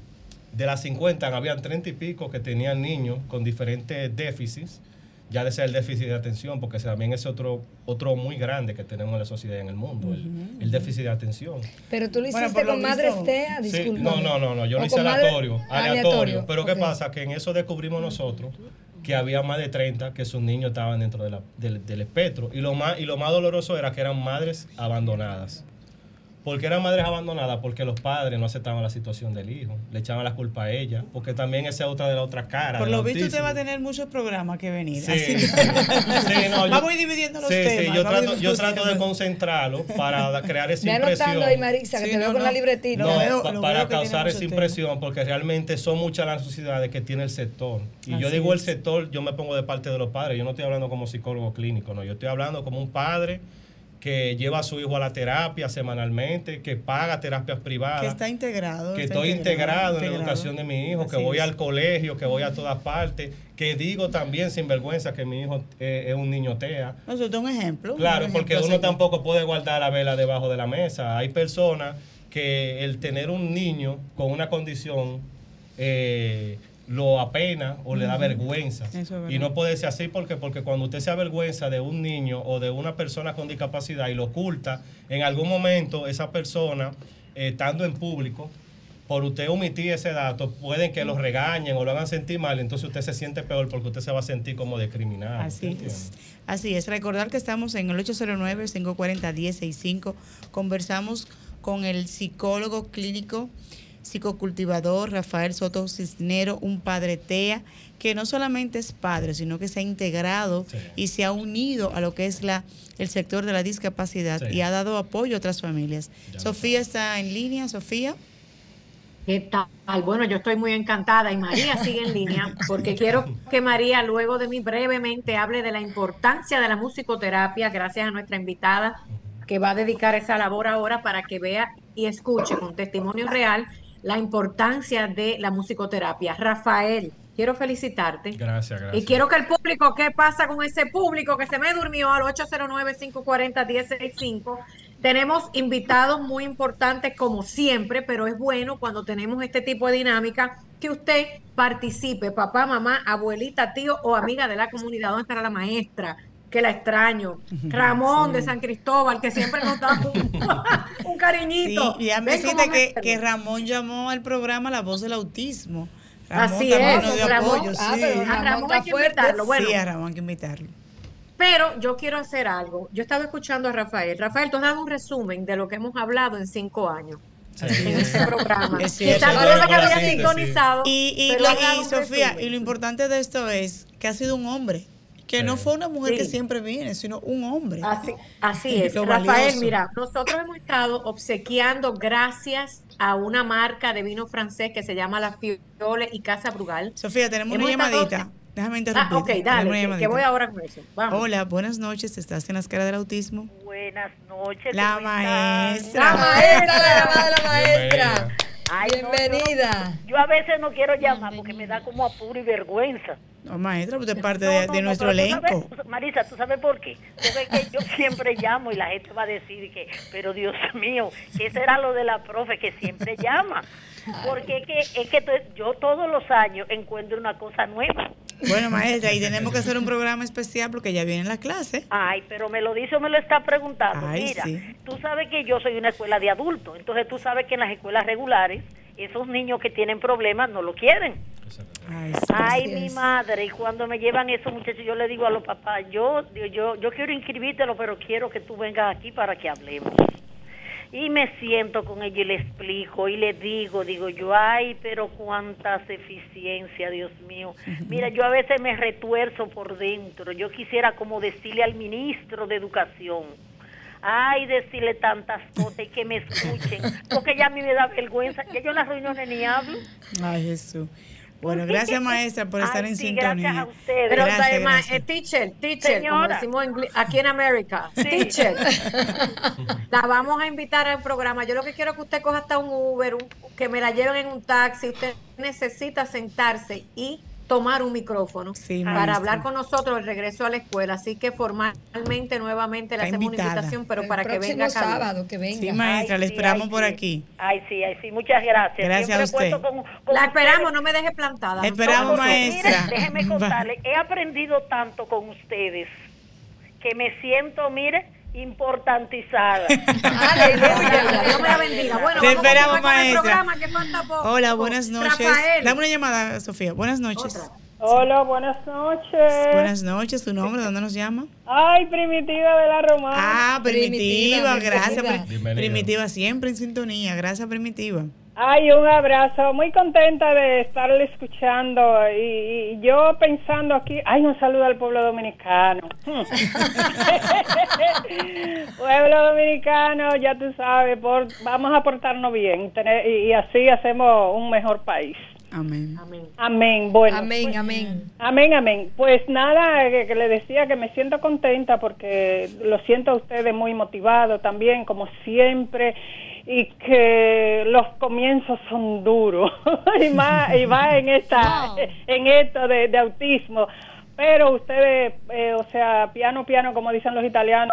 de las cincuenta, habían treinta y pico que tenían niños con diferentes déficits, ya de ser el déficit de atención, porque también es otro otro muy grande que tenemos en la sociedad y en el mundo, uh-huh, el, el déficit de atención. Pero tú lo hiciste bueno, con Madres T E A, disculpa. Sí, no, no, no, no, yo lo hice aleatorio, madre... aleatorio, aleatorio. Pero okay. ¿Qué pasa? Que en eso descubrimos nosotros que había más de treinta que sus niños estaban dentro de la, del, del espectro. Y lo, más, y lo más doloroso era que eran madres abandonadas. ¿Por qué eran madres abandonadas? Porque los padres no aceptaban la situación del hijo, le echaban la culpa a ella, porque también esa es otra de la otra cara. Por lo visto usted va a tener muchos programas que venir. Sí, sí, sí, no, yo, vamos a ir dividiendo los sí, temas. Sí, yo trato, yo trato de concentrarlo para crear esa me impresión. Me anotando ahí, Marisa, que sí, te no, veo con no, la libretita. No, veo, pa, para causar esa impresión, tema. Porque realmente son muchas las necesidades que tiene el sector. Y así yo digo es. El sector, yo me pongo de parte de los padres, yo no estoy hablando como psicólogo clínico, no, yo estoy hablando como un padre que lleva a su hijo a la terapia semanalmente, que paga terapias privadas. Que está integrado. Que está estoy integrado, integrado en integrado. la educación de mi hijo, así que voy es. Al colegio, que voy a todas partes, que digo también sin vergüenza que mi hijo eh, es un niño T E A. Eso es un ejemplo. Claro, un porque ejemplo uno tampoco puede guardar la vela debajo de la mesa. Hay personas que el tener un niño con una condición... Eh, lo apena o le da vergüenza. Y no puede ser así porque, porque cuando usted se avergüenza de un niño o de una persona con discapacidad y lo oculta, en algún momento esa persona, eh, estando en público, por usted omitir ese dato, pueden que lo regañen o lo hagan sentir mal, entonces usted se siente peor porque usted se va a sentir como discriminado. Así es. Así es. Recordar que estamos en el ocho cero nueve, cinco cuatro cero, uno cero seis cinco. Conversamos con el psicólogo clínico psicocultivador Rafael Soto Cisnero, un padre T E A que no solamente es padre, sino que se ha integrado sí. y se ha unido a lo que es la el sector de la discapacidad sí. y ha dado apoyo a otras familias. Ya Sofía está en línea. Sofía. ¿Qué tal? Bueno, yo estoy muy encantada y María sigue en línea porque quiero que María, luego de mí brevemente, hable de la importancia de la musicoterapia, gracias a nuestra invitada que va a dedicar esa labor ahora para que vea y escuche con testimonio real la importancia de la musicoterapia. Rafael, quiero felicitarte. Gracias, gracias. Y quiero que el público, ¿qué pasa con ese público que se me durmió al ocho cero nueve, cinco cuatro cero, uno cero seis cinco? Tenemos invitados muy importantes como siempre, pero es bueno cuando tenemos este tipo de dinámica que usted participe, papá, mamá, abuelita, tío o amiga de la comunidad. ¿Dónde estará la maestra? Que la extraño. Ramón sí. de San Cristóbal, que siempre nos da un, un cariñito. Sí, ya me dijiste que, que Ramón llamó al programa La Voz del Autismo. Ramón Así es. Nos dio Ramón, apoyo, ah, sí. pero a Ramón hay que invitarlo. Bueno, sí, a Ramón hay que invitarlo. Pero yo quiero hacer algo. Yo estaba escuchando a Rafael. Rafael, tú has dado un resumen de lo que hemos hablado en cinco años. Sí. En este programa. Es cierto. Tal vez que había sintonizado. Y, y, lo, y Sofía, y lo importante de esto es que ha sido un hombre Que sí. no fue una mujer Sí. que siempre viene, sino un hombre. Así, así es. Lo Rafael, valioso. mira, nosotros hemos estado obsequiando gracias a una marca de vino francés que se llama La Fiole y Casa Brugal. Sofía, tenemos Hemos una estado- llamadita. Déjame Ah, interrumpirte. ok, Tenemos dale, una que, que llamadita. voy ahora con eso. Vamos. Hola, buenas noches. ¿Estás en la escala del autismo? Buenas noches. La ¿cómo están? maestra. La maestra, la llamada de la maestra. Bienvenida. Ay, no, Bienvenida. yo, yo a veces no quiero llamar porque me da como apuro y vergüenza. No, maestra, usted es parte No, de, no, de no, nuestro pero tú elenco. sabes- Marisa, ¿tú sabes por qué? Porque es que yo siempre llamo y la gente va a decir que, pero Dios mío, ¿qué será lo de la profe que siempre llama? Porque es que, es que to- yo todos los años encuentro una cosa nueva. Bueno, maestra, y tenemos que hacer un programa especial porque ya viene la clase. Ay, pero me lo dice o me lo está preguntando. Ay, Mira, sí. tú sabes que yo soy una escuela de adultos, entonces tú sabes que en las escuelas regulares esos niños que tienen problemas no lo quieren. Ay, sí. Ay, Así mi es. madre, y cuando me llevan esos muchachos, yo le digo a los papás, yo, yo, yo, yo quiero inscribírtelo, pero quiero que tú vengas aquí para que hablemos. Y me siento con ella y le explico y le digo, digo yo, ay, pero cuántas eficiencias, Dios mío. Mira, yo a veces me retuerzo por dentro. Yo quisiera como decirle al ministro de Educación, ay, decirle tantas cosas y que me escuchen, porque ya a mí me da vergüenza. Ya yo en las reuniones ni hablo. Ay, Jesús. Bueno, gracias, maestra, por estar Ay, en sí, sintonía. gracias a ustedes. Pero Gracias, eh, ma- gracias. eh, teacher, teacher, como Señora. decimos en ingl- aquí en América, teacher, la vamos a invitar al programa. Yo lo que quiero es que usted coja hasta un Uber, un- que me la lleven en un taxi. Usted necesita sentarse y tomar un micrófono Sí, para maestra. hablar con nosotros el regreso a la escuela. Así que formalmente, nuevamente, le Está hacemos invitada. una invitación, pero El para que próximo venga acá. sábado que venga. Sí, maestra, Ay, le sí, esperamos ay, por sí. aquí. Ay, sí, ay, sí, muchas gracias. Gracias Siempre a usted. cuento con- con La esperamos, ustedes. no me deje plantada. Le esperamos, Nosotros- maestra. Mire, déjeme contarle, he aprendido tanto con ustedes que me siento, mire, importantizada. Aleluya, Dios me la bendiga. Bueno, Te vamos a esperamos, continuar con el maestra. programa, que falta poco. Hola, buenas noches. Rafael. Dame una llamada, Sofía. Buenas noches. Otra. Hola, buenas noches. Buenas noches. ¿Tu nombre? ¿Dónde nos llama? Ay, Primitiva de la Romana. Ah, Primitiva. Primitiva, Gracias. Primitiva. Pri- Bienvenida. Primitiva, siempre en sintonía. Gracias, Primitiva. Ay, un abrazo. Muy contenta de estarle escuchando y, y yo pensando aquí, ay, un saludo al pueblo dominicano. Pueblo dominicano, ya tú sabes, por, vamos a portarnos bien tener, y, y así hacemos un mejor país. Amén. Amén. Amén. Bueno. Amén, pues, amén. Amén, amén. Pues nada, que, que le decía que me siento contenta porque lo siento a ustedes muy motivados también, como siempre, y que los comienzos son duros y más y más en esta Wow. en esto de, de autismo. Pero ustedes, eh, o sea, piano piano, como dicen los italianos,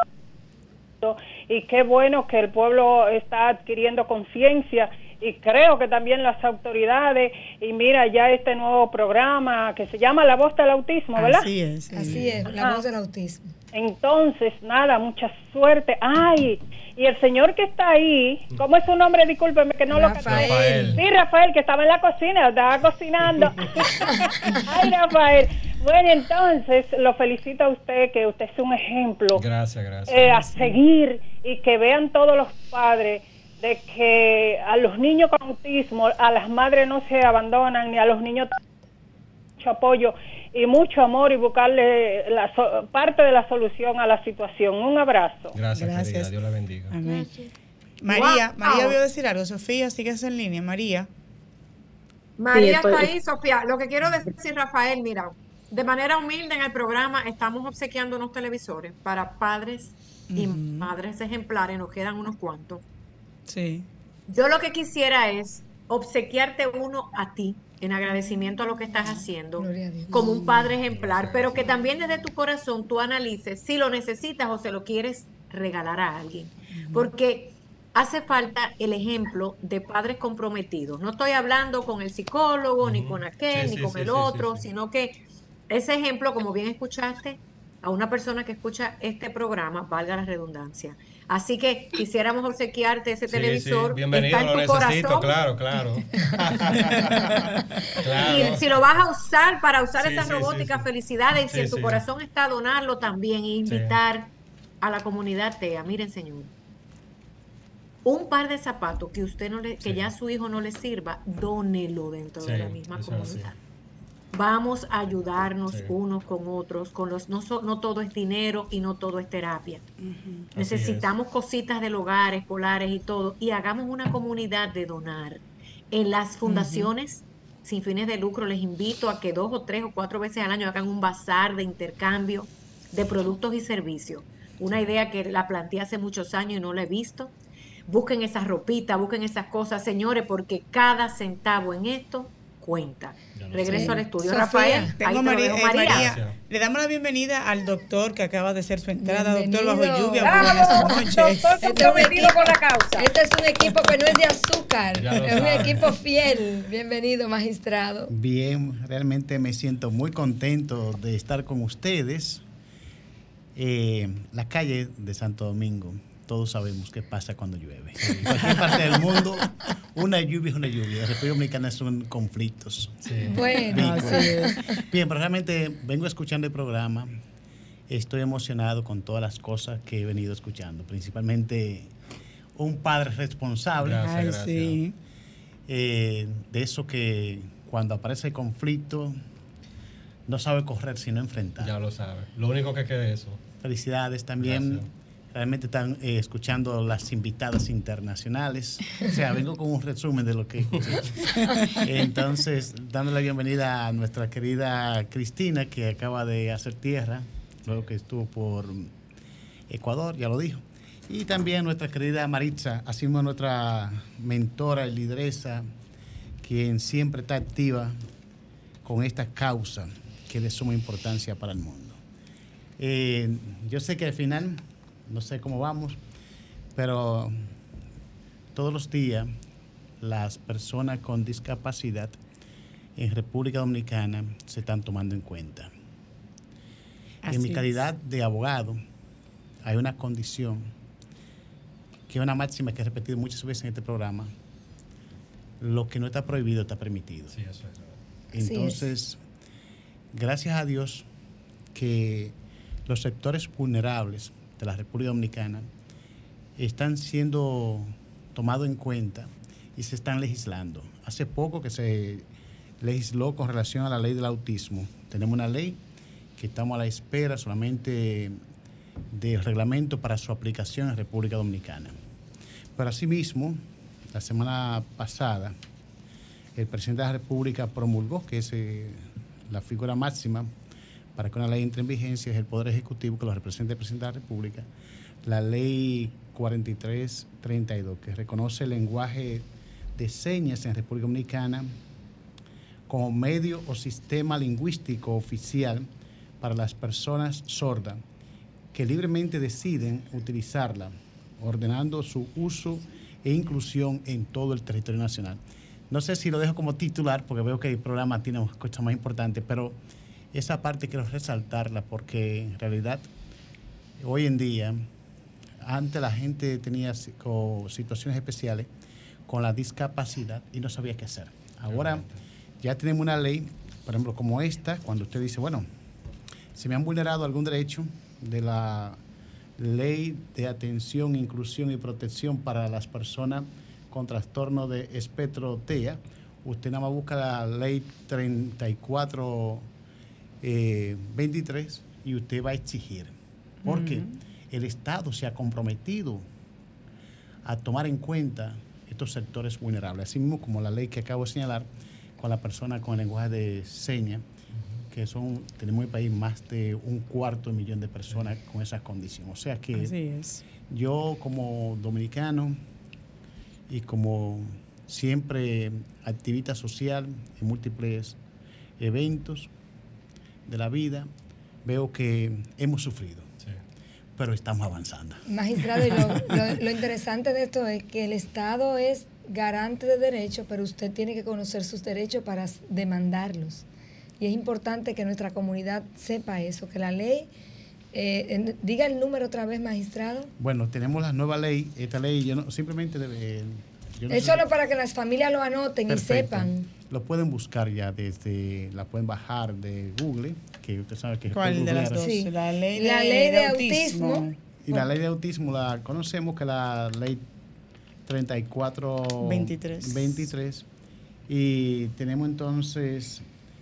y qué bueno que el pueblo está adquiriendo conciencia. Y creo que también las autoridades, y mira ya este nuevo programa que se llama La Voz del Autismo, ¿verdad? Así es. sí. Así es, la Ah. voz del autismo. Entonces, nada, mucha suerte. Ay, y el señor que está ahí, ¿cómo es su nombre? Discúlpeme que no lo Rafael. Rafael. Sí, Rafael, que estaba en la cocina, estaba cocinando. Ay, Rafael. Bueno, entonces, lo felicito a usted, que usted es un ejemplo Gracias, gracias. eh, a seguir y que vean todos los padres de que a los niños con autismo, a las madres no se abandonan, ni a los niños mucho apoyo y mucho amor y buscarle la so- parte de la solución a la situación. Un abrazo. Gracias, Gracias. querida. Dios la bendiga. Amén. Gracias. María, Wow. María vio decir algo. Sofía, sigues en línea. María. María Sí, estoy- está ahí, Sofía. Lo que quiero decir, Rafael, mira, de manera humilde en el programa estamos obsequiando unos televisores para padres y Ujú. madres ejemplares, nos quedan unos cuantos. Sí. Yo lo que quisiera es obsequiarte uno a ti, en agradecimiento a lo que estás haciendo, Gloria a Dios. como un padre ejemplar, pero que también desde tu corazón tú analices si lo necesitas o se lo quieres regalar a alguien. Porque hace falta el ejemplo de padres comprometidos. No estoy hablando con el psicólogo, ni Ujú. con aquel, Sí, ni sí, con sí, el sí, otro, sí, sí. sino que ese ejemplo, como bien escuchaste, a una persona que escucha este programa, valga la redundancia. Así que quisiéramos obsequiarte ese Sí, televisor. sí. Bienvenido, está en lo tu necesito, corazón. claro, claro. Claro. Y si lo vas a usar para usar Sí, esta sí, robótica, sí, sí. felicidades. Y si Sí, en tu sí. corazón está donarlo también e invitar a la comunidad TEA. Miren, señor, un par de zapatos que usted no le, que Sí. ya a su hijo no le sirva, dónelo dentro de Sí, la misma eso es así. comunidad. Vamos a ayudarnos sí. unos con otros, con los no, so, no todo es dinero y no todo es terapia. Uh-huh. Necesitamos cositas del hogar, escolares y todo, y hagamos una comunidad de donar. En las fundaciones uh-huh. sin fines de lucro les invito a que dos o tres o cuatro veces al año hagan un bazar de intercambio de productos y servicios. Una idea que la planteé hace muchos años y no la he visto. Busquen esas ropitas, busquen esas cosas, señores, porque cada centavo en esto cuenta. Regreso sí. al estudio. Sofía, Rafael, tengo ahí María, te lo dejo, María. Eh, María. Le damos la bienvenida al doctor que acaba de hacer su entrada, Bienvenido. doctor Bajo Lluvia. Buenas noches. Este es, un equipo, con la causa. este es un equipo que no es de azúcar, es un equipo fiel. Bienvenido, magistrado. Bien, realmente me siento muy contento de estar con ustedes. Eh, la calle de Santo Domingo, todos sabemos qué pasa cuando llueve. En cualquier parte del mundo, una lluvia es una lluvia. La República Dominicana son conflictos. Sí. Bueno, así es. Bien, pero realmente vengo escuchando el programa. Estoy emocionado con todas las cosas que he venido escuchando. Principalmente un padre responsable. Gracias, Ay, gracias. Sí. Eh, de eso que cuando aparece el conflicto no sabe correr, sino enfrentar. Ya lo sabe. Lo único que queda es eso. Felicidades también. Gracias. Realmente están eh, escuchando las invitadas internacionales. O sea, vengo con un resumen de lo que escuché. Entonces, dando la bienvenida a nuestra querida Cristina, que acaba de hacer tierra, luego que estuvo por Ecuador, ya lo dijo. Y también nuestra querida Maritza, así como nuestra mentora y lideresa, quien siempre está activa con esta causa que es de suma importancia para el mundo. Eh, yo sé que al final, no sé cómo vamos, pero todos los días las personas con discapacidad en República Dominicana se están tomando en cuenta. Así en mi calidad es. de abogado, hay una condición que es una máxima que he repetido muchas veces en este programa: lo que no está prohibido está permitido. Sí, eso es. Entonces, gracias a Dios que los sectores vulnerables de la República Dominicana están siendo tomados en cuenta y se están legislando. Hace poco que se legisló con relación a la ley del autismo. Tenemos una ley que estamos a la espera solamente de reglamento para su aplicación en República Dominicana. Pero asimismo, la semana pasada, el presidente de la República promulgó, que es eh, la figura máxima para que una ley entre en vigencia, es el Poder Ejecutivo que lo representa el presidente de la República, la ley cuarenta y tres treinta y dos, que reconoce el lenguaje de señas en República Dominicana como medio o sistema lingüístico oficial para las personas sordas que libremente deciden utilizarla, ordenando su uso e inclusión en todo el territorio nacional. No sé si lo dejo como titular, porque veo que el programa tiene cosas más importantes, pero esa parte quiero resaltarla porque en realidad hoy en día, antes la gente tenía situaciones especiales con la discapacidad y no sabía qué hacer. Ahora ya tenemos una ley, por ejemplo, como esta, cuando usted dice, bueno, si me han vulnerado algún derecho de la Ley de Atención, Inclusión y Protección para las personas con trastorno de espectro T E A, usted nada más busca la ley treinta y cuatro veintitrés y usted va a exigir. Porque uh-huh. el Estado se ha comprometido a tomar en cuenta estos sectores vulnerables. Así mismo como la ley que acabo de señalar con la persona con el lenguaje de señas, uh-huh. que son, tenemos en el país más de un cuarto de millón de personas con esas condiciones. O sea que Así es. yo como dominicano y como siempre activista social en múltiples eventos de la vida, veo que hemos sufrido, sí. pero estamos avanzando. Magistrado, y lo, lo, lo interesante de esto es que el Estado es garante de derechos, pero usted tiene que conocer sus derechos para demandarlos. Y es importante que nuestra comunidad sepa eso, que la ley, eh, diga el número otra vez, magistrado. Bueno, tenemos la nueva ley, esta ley yo no, simplemente debe... Yo no es sé, solo para que las familias lo anoten perfecto. y sepan. Lo pueden buscar ya desde, la pueden bajar de Google, que usted sabe que es ¿Cuál de las dos? Sí. La ley de, la ley de, de autismo. autismo. Y la ley de autismo la conocemos que la ley treinta y cuatro veintitrés. Y tenemos entonces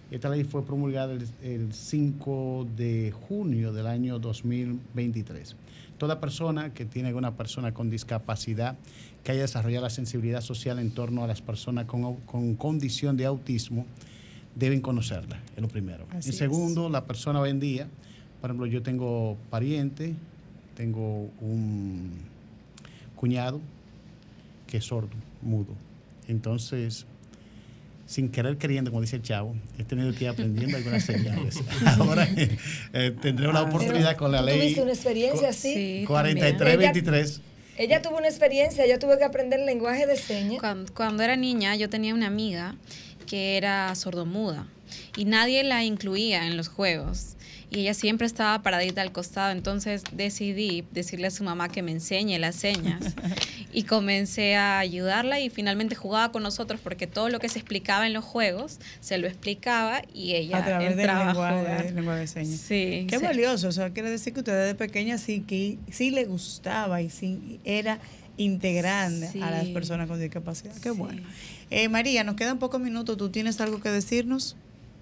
Esta ley fue promulgada el, el cinco de junio del año dos mil veintitrés. Toda persona que tiene alguna persona con discapacidad que haya desarrollado la sensibilidad social en torno a las personas con, con condición de autismo deben conocerla, es lo primero. Así en segundo, es. la persona hoy en día, por ejemplo, yo tengo pariente, tengo un cuñado que es sordo, mudo. Entonces, sin querer queriendo, como dice el chavo, he tenido que ir aprendiendo algunas señales. Ahora eh, tendré una Ah, oportunidad con la ¿tú ley. ¿Tuviste una experiencia así? Sí, cuarenta y tres veintitrés. Ella, ella tuvo una experiencia, ella tuvo que aprender el lenguaje de señas. Cuando, cuando era niña, yo tenía una amiga que era sordomuda y nadie la incluía en los juegos. Y ella siempre estaba paradita al costado, entonces decidí decirle a su mamá que me enseñe las señas y comencé a ayudarla y finalmente jugaba con nosotros porque todo lo que se explicaba en los juegos se lo explicaba y ella a través del entraba a lenguaje, jugar. del lenguaje de señas. Sí, Qué sí. valioso, o sea, quiere decir que usted desde pequeña sí que sí le gustaba y sí era integrante Sí. a las personas con discapacidad. Qué Sí. bueno. Eh, María, nos quedan pocos minutos, ¿tú tienes algo que decirnos?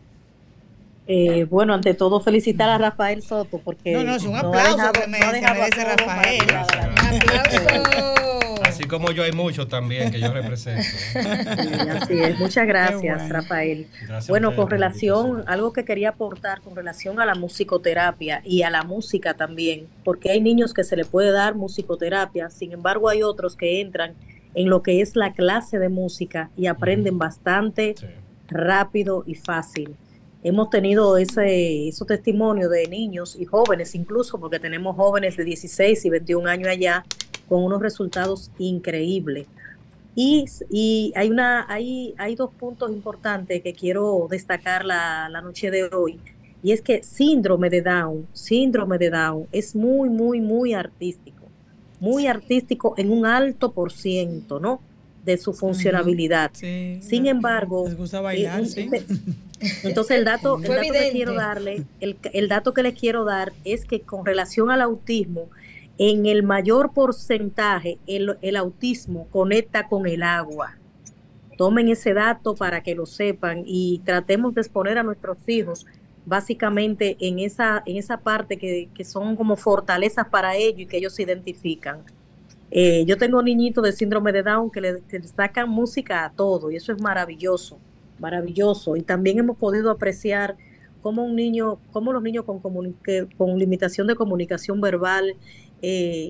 Eh, bueno, ante todo felicitar a Rafael Soto porque No, no, es un ha aplauso dejado- que me- no ha se dejado a merece todos Rafael. maravillados. Así como yo hay muchos también que yo represento. Sí, así es. Muchas gracias, Qué bueno. Rafael. Gracias a Bueno, ustedes con por la relación, invitación. algo que quería aportar con relación a la musicoterapia y a la música también, porque hay niños que se le puede dar musicoterapia, sin embargo hay otros que entran en lo que es la clase de música y aprenden bastante Sí. rápido y fácil. Hemos tenido ese, esos testimonios de niños y jóvenes incluso, porque tenemos jóvenes de dieciséis y veintiún años allá con unos resultados increíbles. Y, y hay, una, hay, hay dos puntos importantes que quiero destacar la, la noche de hoy, y es que síndrome de Down, síndrome de Down es muy, muy, muy artístico, muy artístico en un alto por ciento, ¿no?, de su funcionabilidad. Sí. Sin embargo, les gusta bailar, eh, sí. entonces el dato, el Fue dato que evidente. quiero darle, el, el dato que les quiero dar es que con relación al autismo, en el mayor porcentaje, el, el autismo conecta con el agua. Tomen ese dato para que lo sepan y tratemos de exponer a nuestros hijos básicamente en esa, en esa parte que, que son como fortalezas para ellos y que ellos se identifican. Eh, yo tengo niñitos de síndrome de Down que le, que le sacan música a todo y eso es maravilloso, maravilloso. Y también hemos podido apreciar cómo un niño, cómo los niños con, comunique, con limitación de comunicación verbal eh,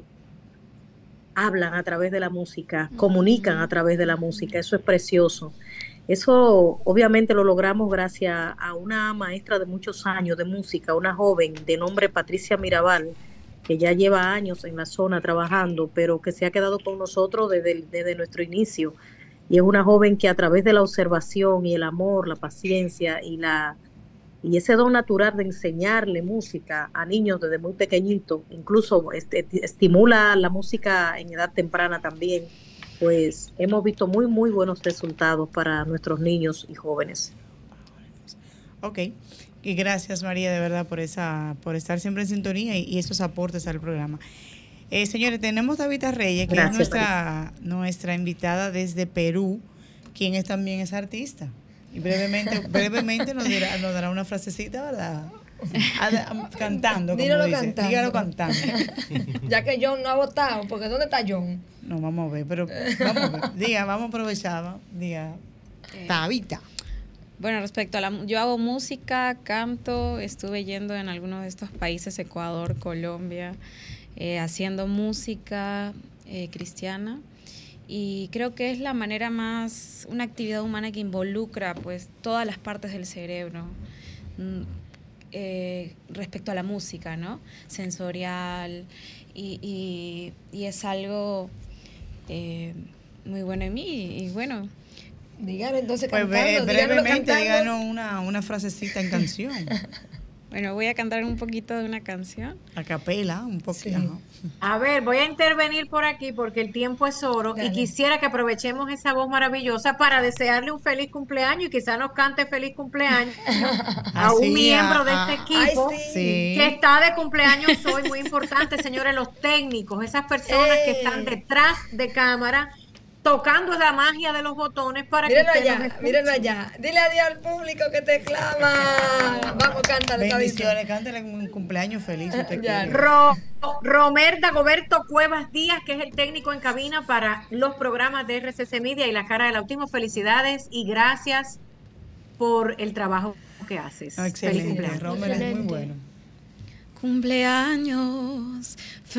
hablan a través de la música, comunican a través de la música. Eso es precioso. Eso obviamente lo logramos gracias a una maestra de muchos años de música, una joven de nombre Patricia Mirabal, que ya lleva años en la zona trabajando, pero que se ha quedado con nosotros desde, desde nuestro inicio. Y es una joven que a través de la observación y el amor, la paciencia y la y ese don natural de enseñarle música a niños desde muy pequeñitos, incluso este, estimula la música en edad temprana también, pues hemos visto muy, muy buenos resultados para nuestros niños y jóvenes. Ok. Y gracias, María, de verdad, por esa, por estar siempre en sintonía y, y esos aportes al programa. Eh, señores, tenemos a Tabita Reyes, que Gracias, es nuestra, nuestra invitada desde Perú, quien es, también es artista. Y brevemente, brevemente nos, dirá, nos dará una frasecita, ¿verdad? A, a, cantando, como Dígalo dice. cantando. Dígalo cantando. Ya que John no ha votado, porque ¿dónde está John? No, vamos a ver, pero vamos a ver. Diga, vamos a aprovechar, ¿no? Diga, Eh, Tabita. Bueno, respecto a la... Yo hago música, canto, estuve yendo en algunos de estos países, Ecuador, Colombia, eh, haciendo música eh, cristiana. Y creo que es la manera más, una actividad humana que involucra pues todas las partes del cerebro mm, eh, respecto a la música, ¿no? Sensorial y, y, y es algo eh, muy bueno en mí y, y bueno... Díganlo entonces Pues cantando, bre- díganlo brevemente, cantando. díganos una, una frasecita en canción. Bueno, voy a cantar un poquito de una canción. A capela, un poquito. Sí. A ver, voy a intervenir por aquí porque el tiempo es oro Dale. y quisiera que aprovechemos esa voz maravillosa para desearle un feliz cumpleaños y quizá nos cante feliz cumpleaños a Así, un miembro a- de a- este equipo Ay, Sí. que está de cumpleaños hoy, muy importante, señores, los técnicos, esas personas que ¡Eh! están detrás de cámara tocando la magia de los botones para mírenlo que allá, mírenlo allá. Dile adiós al público que te clama. Vamos, cántale. Bendiciones, cántale un cumpleaños feliz. Usted Ro, Romer Dagoberto Cuevas Díaz, que es el técnico en cabina para los programas de R C C Media y La Cara del Autismo. Felicidades y gracias por el trabajo que haces. Oh, excelente, Romer es muy bueno. Cumpleaños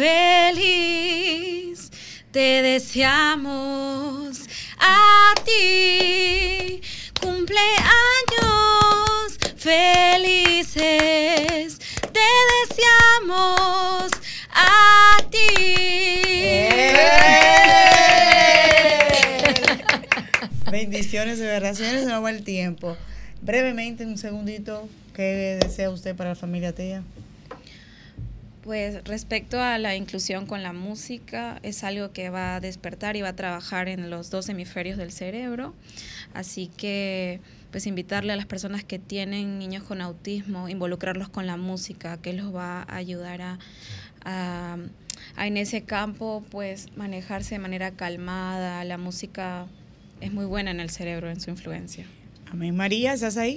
feliz, te deseamos a ti. Cumpleaños felices, te deseamos a ti. Bendiciones, de verdad. Señores, se nos va el tiempo. Brevemente, un segundito, ¿qué desea usted para la familia Tea? Pues respecto a la inclusión con la música, es algo que va a despertar y va a trabajar en los dos hemisferios del cerebro. Así que, pues invitarle a las personas que tienen niños con autismo, involucrarlos con la música, que los va a ayudar a, a, a en ese campo, pues manejarse de manera calmada. La música es muy buena en el cerebro, en su influencia. Amén. María, ¿estás ahí?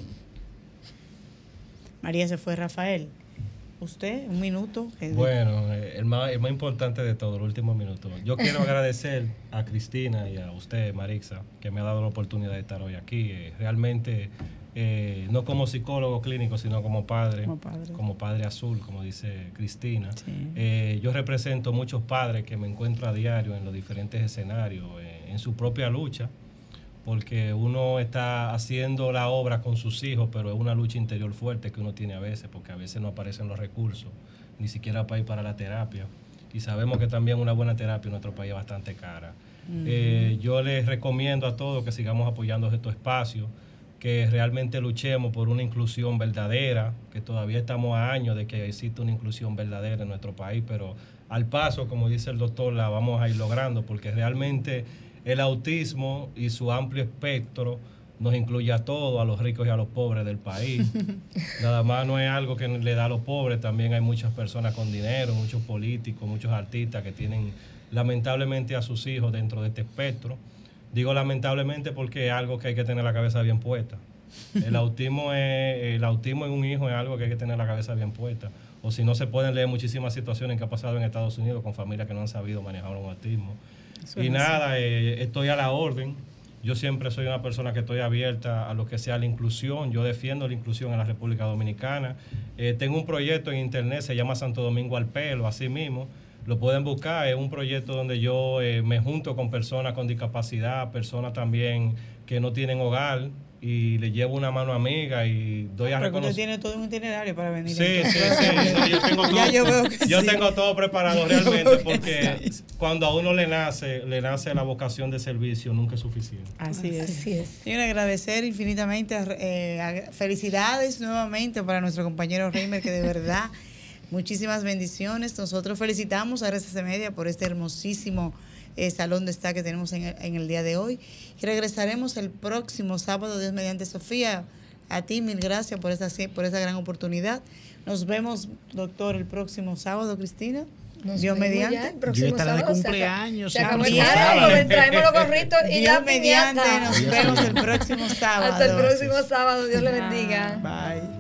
María se fue. Rafael, usted, un minuto. Bueno, el más, el más importante de todo, el último minuto. Yo quiero agradecer a Cristina y a usted, Marixa, que me ha dado la oportunidad de estar hoy aquí. Eh, realmente, eh, no como psicólogo clínico, sino como padre, como padre, como padre azul, como dice Cristina. Sí. Eh, yo represento muchos padres que me encuentro a diario en los diferentes escenarios, eh, en su propia lucha, porque uno está haciendo la obra con sus hijos, pero es una lucha interior fuerte que uno tiene a veces, porque a veces no aparecen los recursos, ni siquiera para ir para la terapia. Y sabemos que también una buena terapia en nuestro país es bastante cara. Uh-huh. eh, yo les recomiendo a todos que sigamos apoyando estos espacios, que realmente luchemos por una inclusión verdadera, que todavía estamos a años de que existe una inclusión verdadera en nuestro país, pero al paso, como dice el doctor, la vamos a ir logrando, porque realmente el autismo y su amplio espectro nos incluye a todos, a los ricos y a los pobres del país. Nada más no es algo que le da a los pobres, también hay muchas personas con dinero, muchos políticos, muchos artistas que tienen lamentablemente a sus hijos dentro de este espectro. Digo lamentablemente porque es algo que hay que tener la cabeza bien puesta. El autismo, es, el autismo en un hijo es algo que hay que tener la cabeza bien puesta. O si no, se pueden leer muchísimas situaciones que ha pasado en Estados Unidos con familias que no han sabido manejar un autismo. Eso y nada, eh, estoy a la orden. Yo siempre soy una persona que estoy abierta a lo que sea la inclusión. Yo defiendo la inclusión en la República Dominicana. Eh, tengo un proyecto en internet, se llama Santo Domingo al Pelo, así mismo. Lo pueden buscar, es un proyecto donde yo eh, me junto con personas con discapacidad, personas también que no tienen hogar, y le llevo una mano amiga y doy a reconocer. Usted tiene todo un itinerario para venir. Sí, sí, sí. No, yo tengo todo, yo veo que yo sí. tengo todo preparado realmente, porque sí. Cuando a uno le nace, le nace la vocación de servicio, nunca es suficiente. Así es. Así es. Quiero agradecer infinitamente, eh, felicidades nuevamente para nuestro compañero Reimer, que de verdad, muchísimas bendiciones. Nosotros felicitamos a R C C Media por este hermosísimo Eh, salón de estar que tenemos en el, en el día de hoy. Y regresaremos el próximo sábado, Dios mediante. Sofía, a ti mil gracias por esa, por esa gran oportunidad. Nos vemos, doctor, el próximo sábado, Cristina. Nos Dios mediante. Yo estaré de cumpleaños. Se acabó el sábado, traemos los gorritos y Dios la mediante, piñata. Nos vemos el próximo sábado. Hasta el próximo sábado. Dios le bendiga. Bye.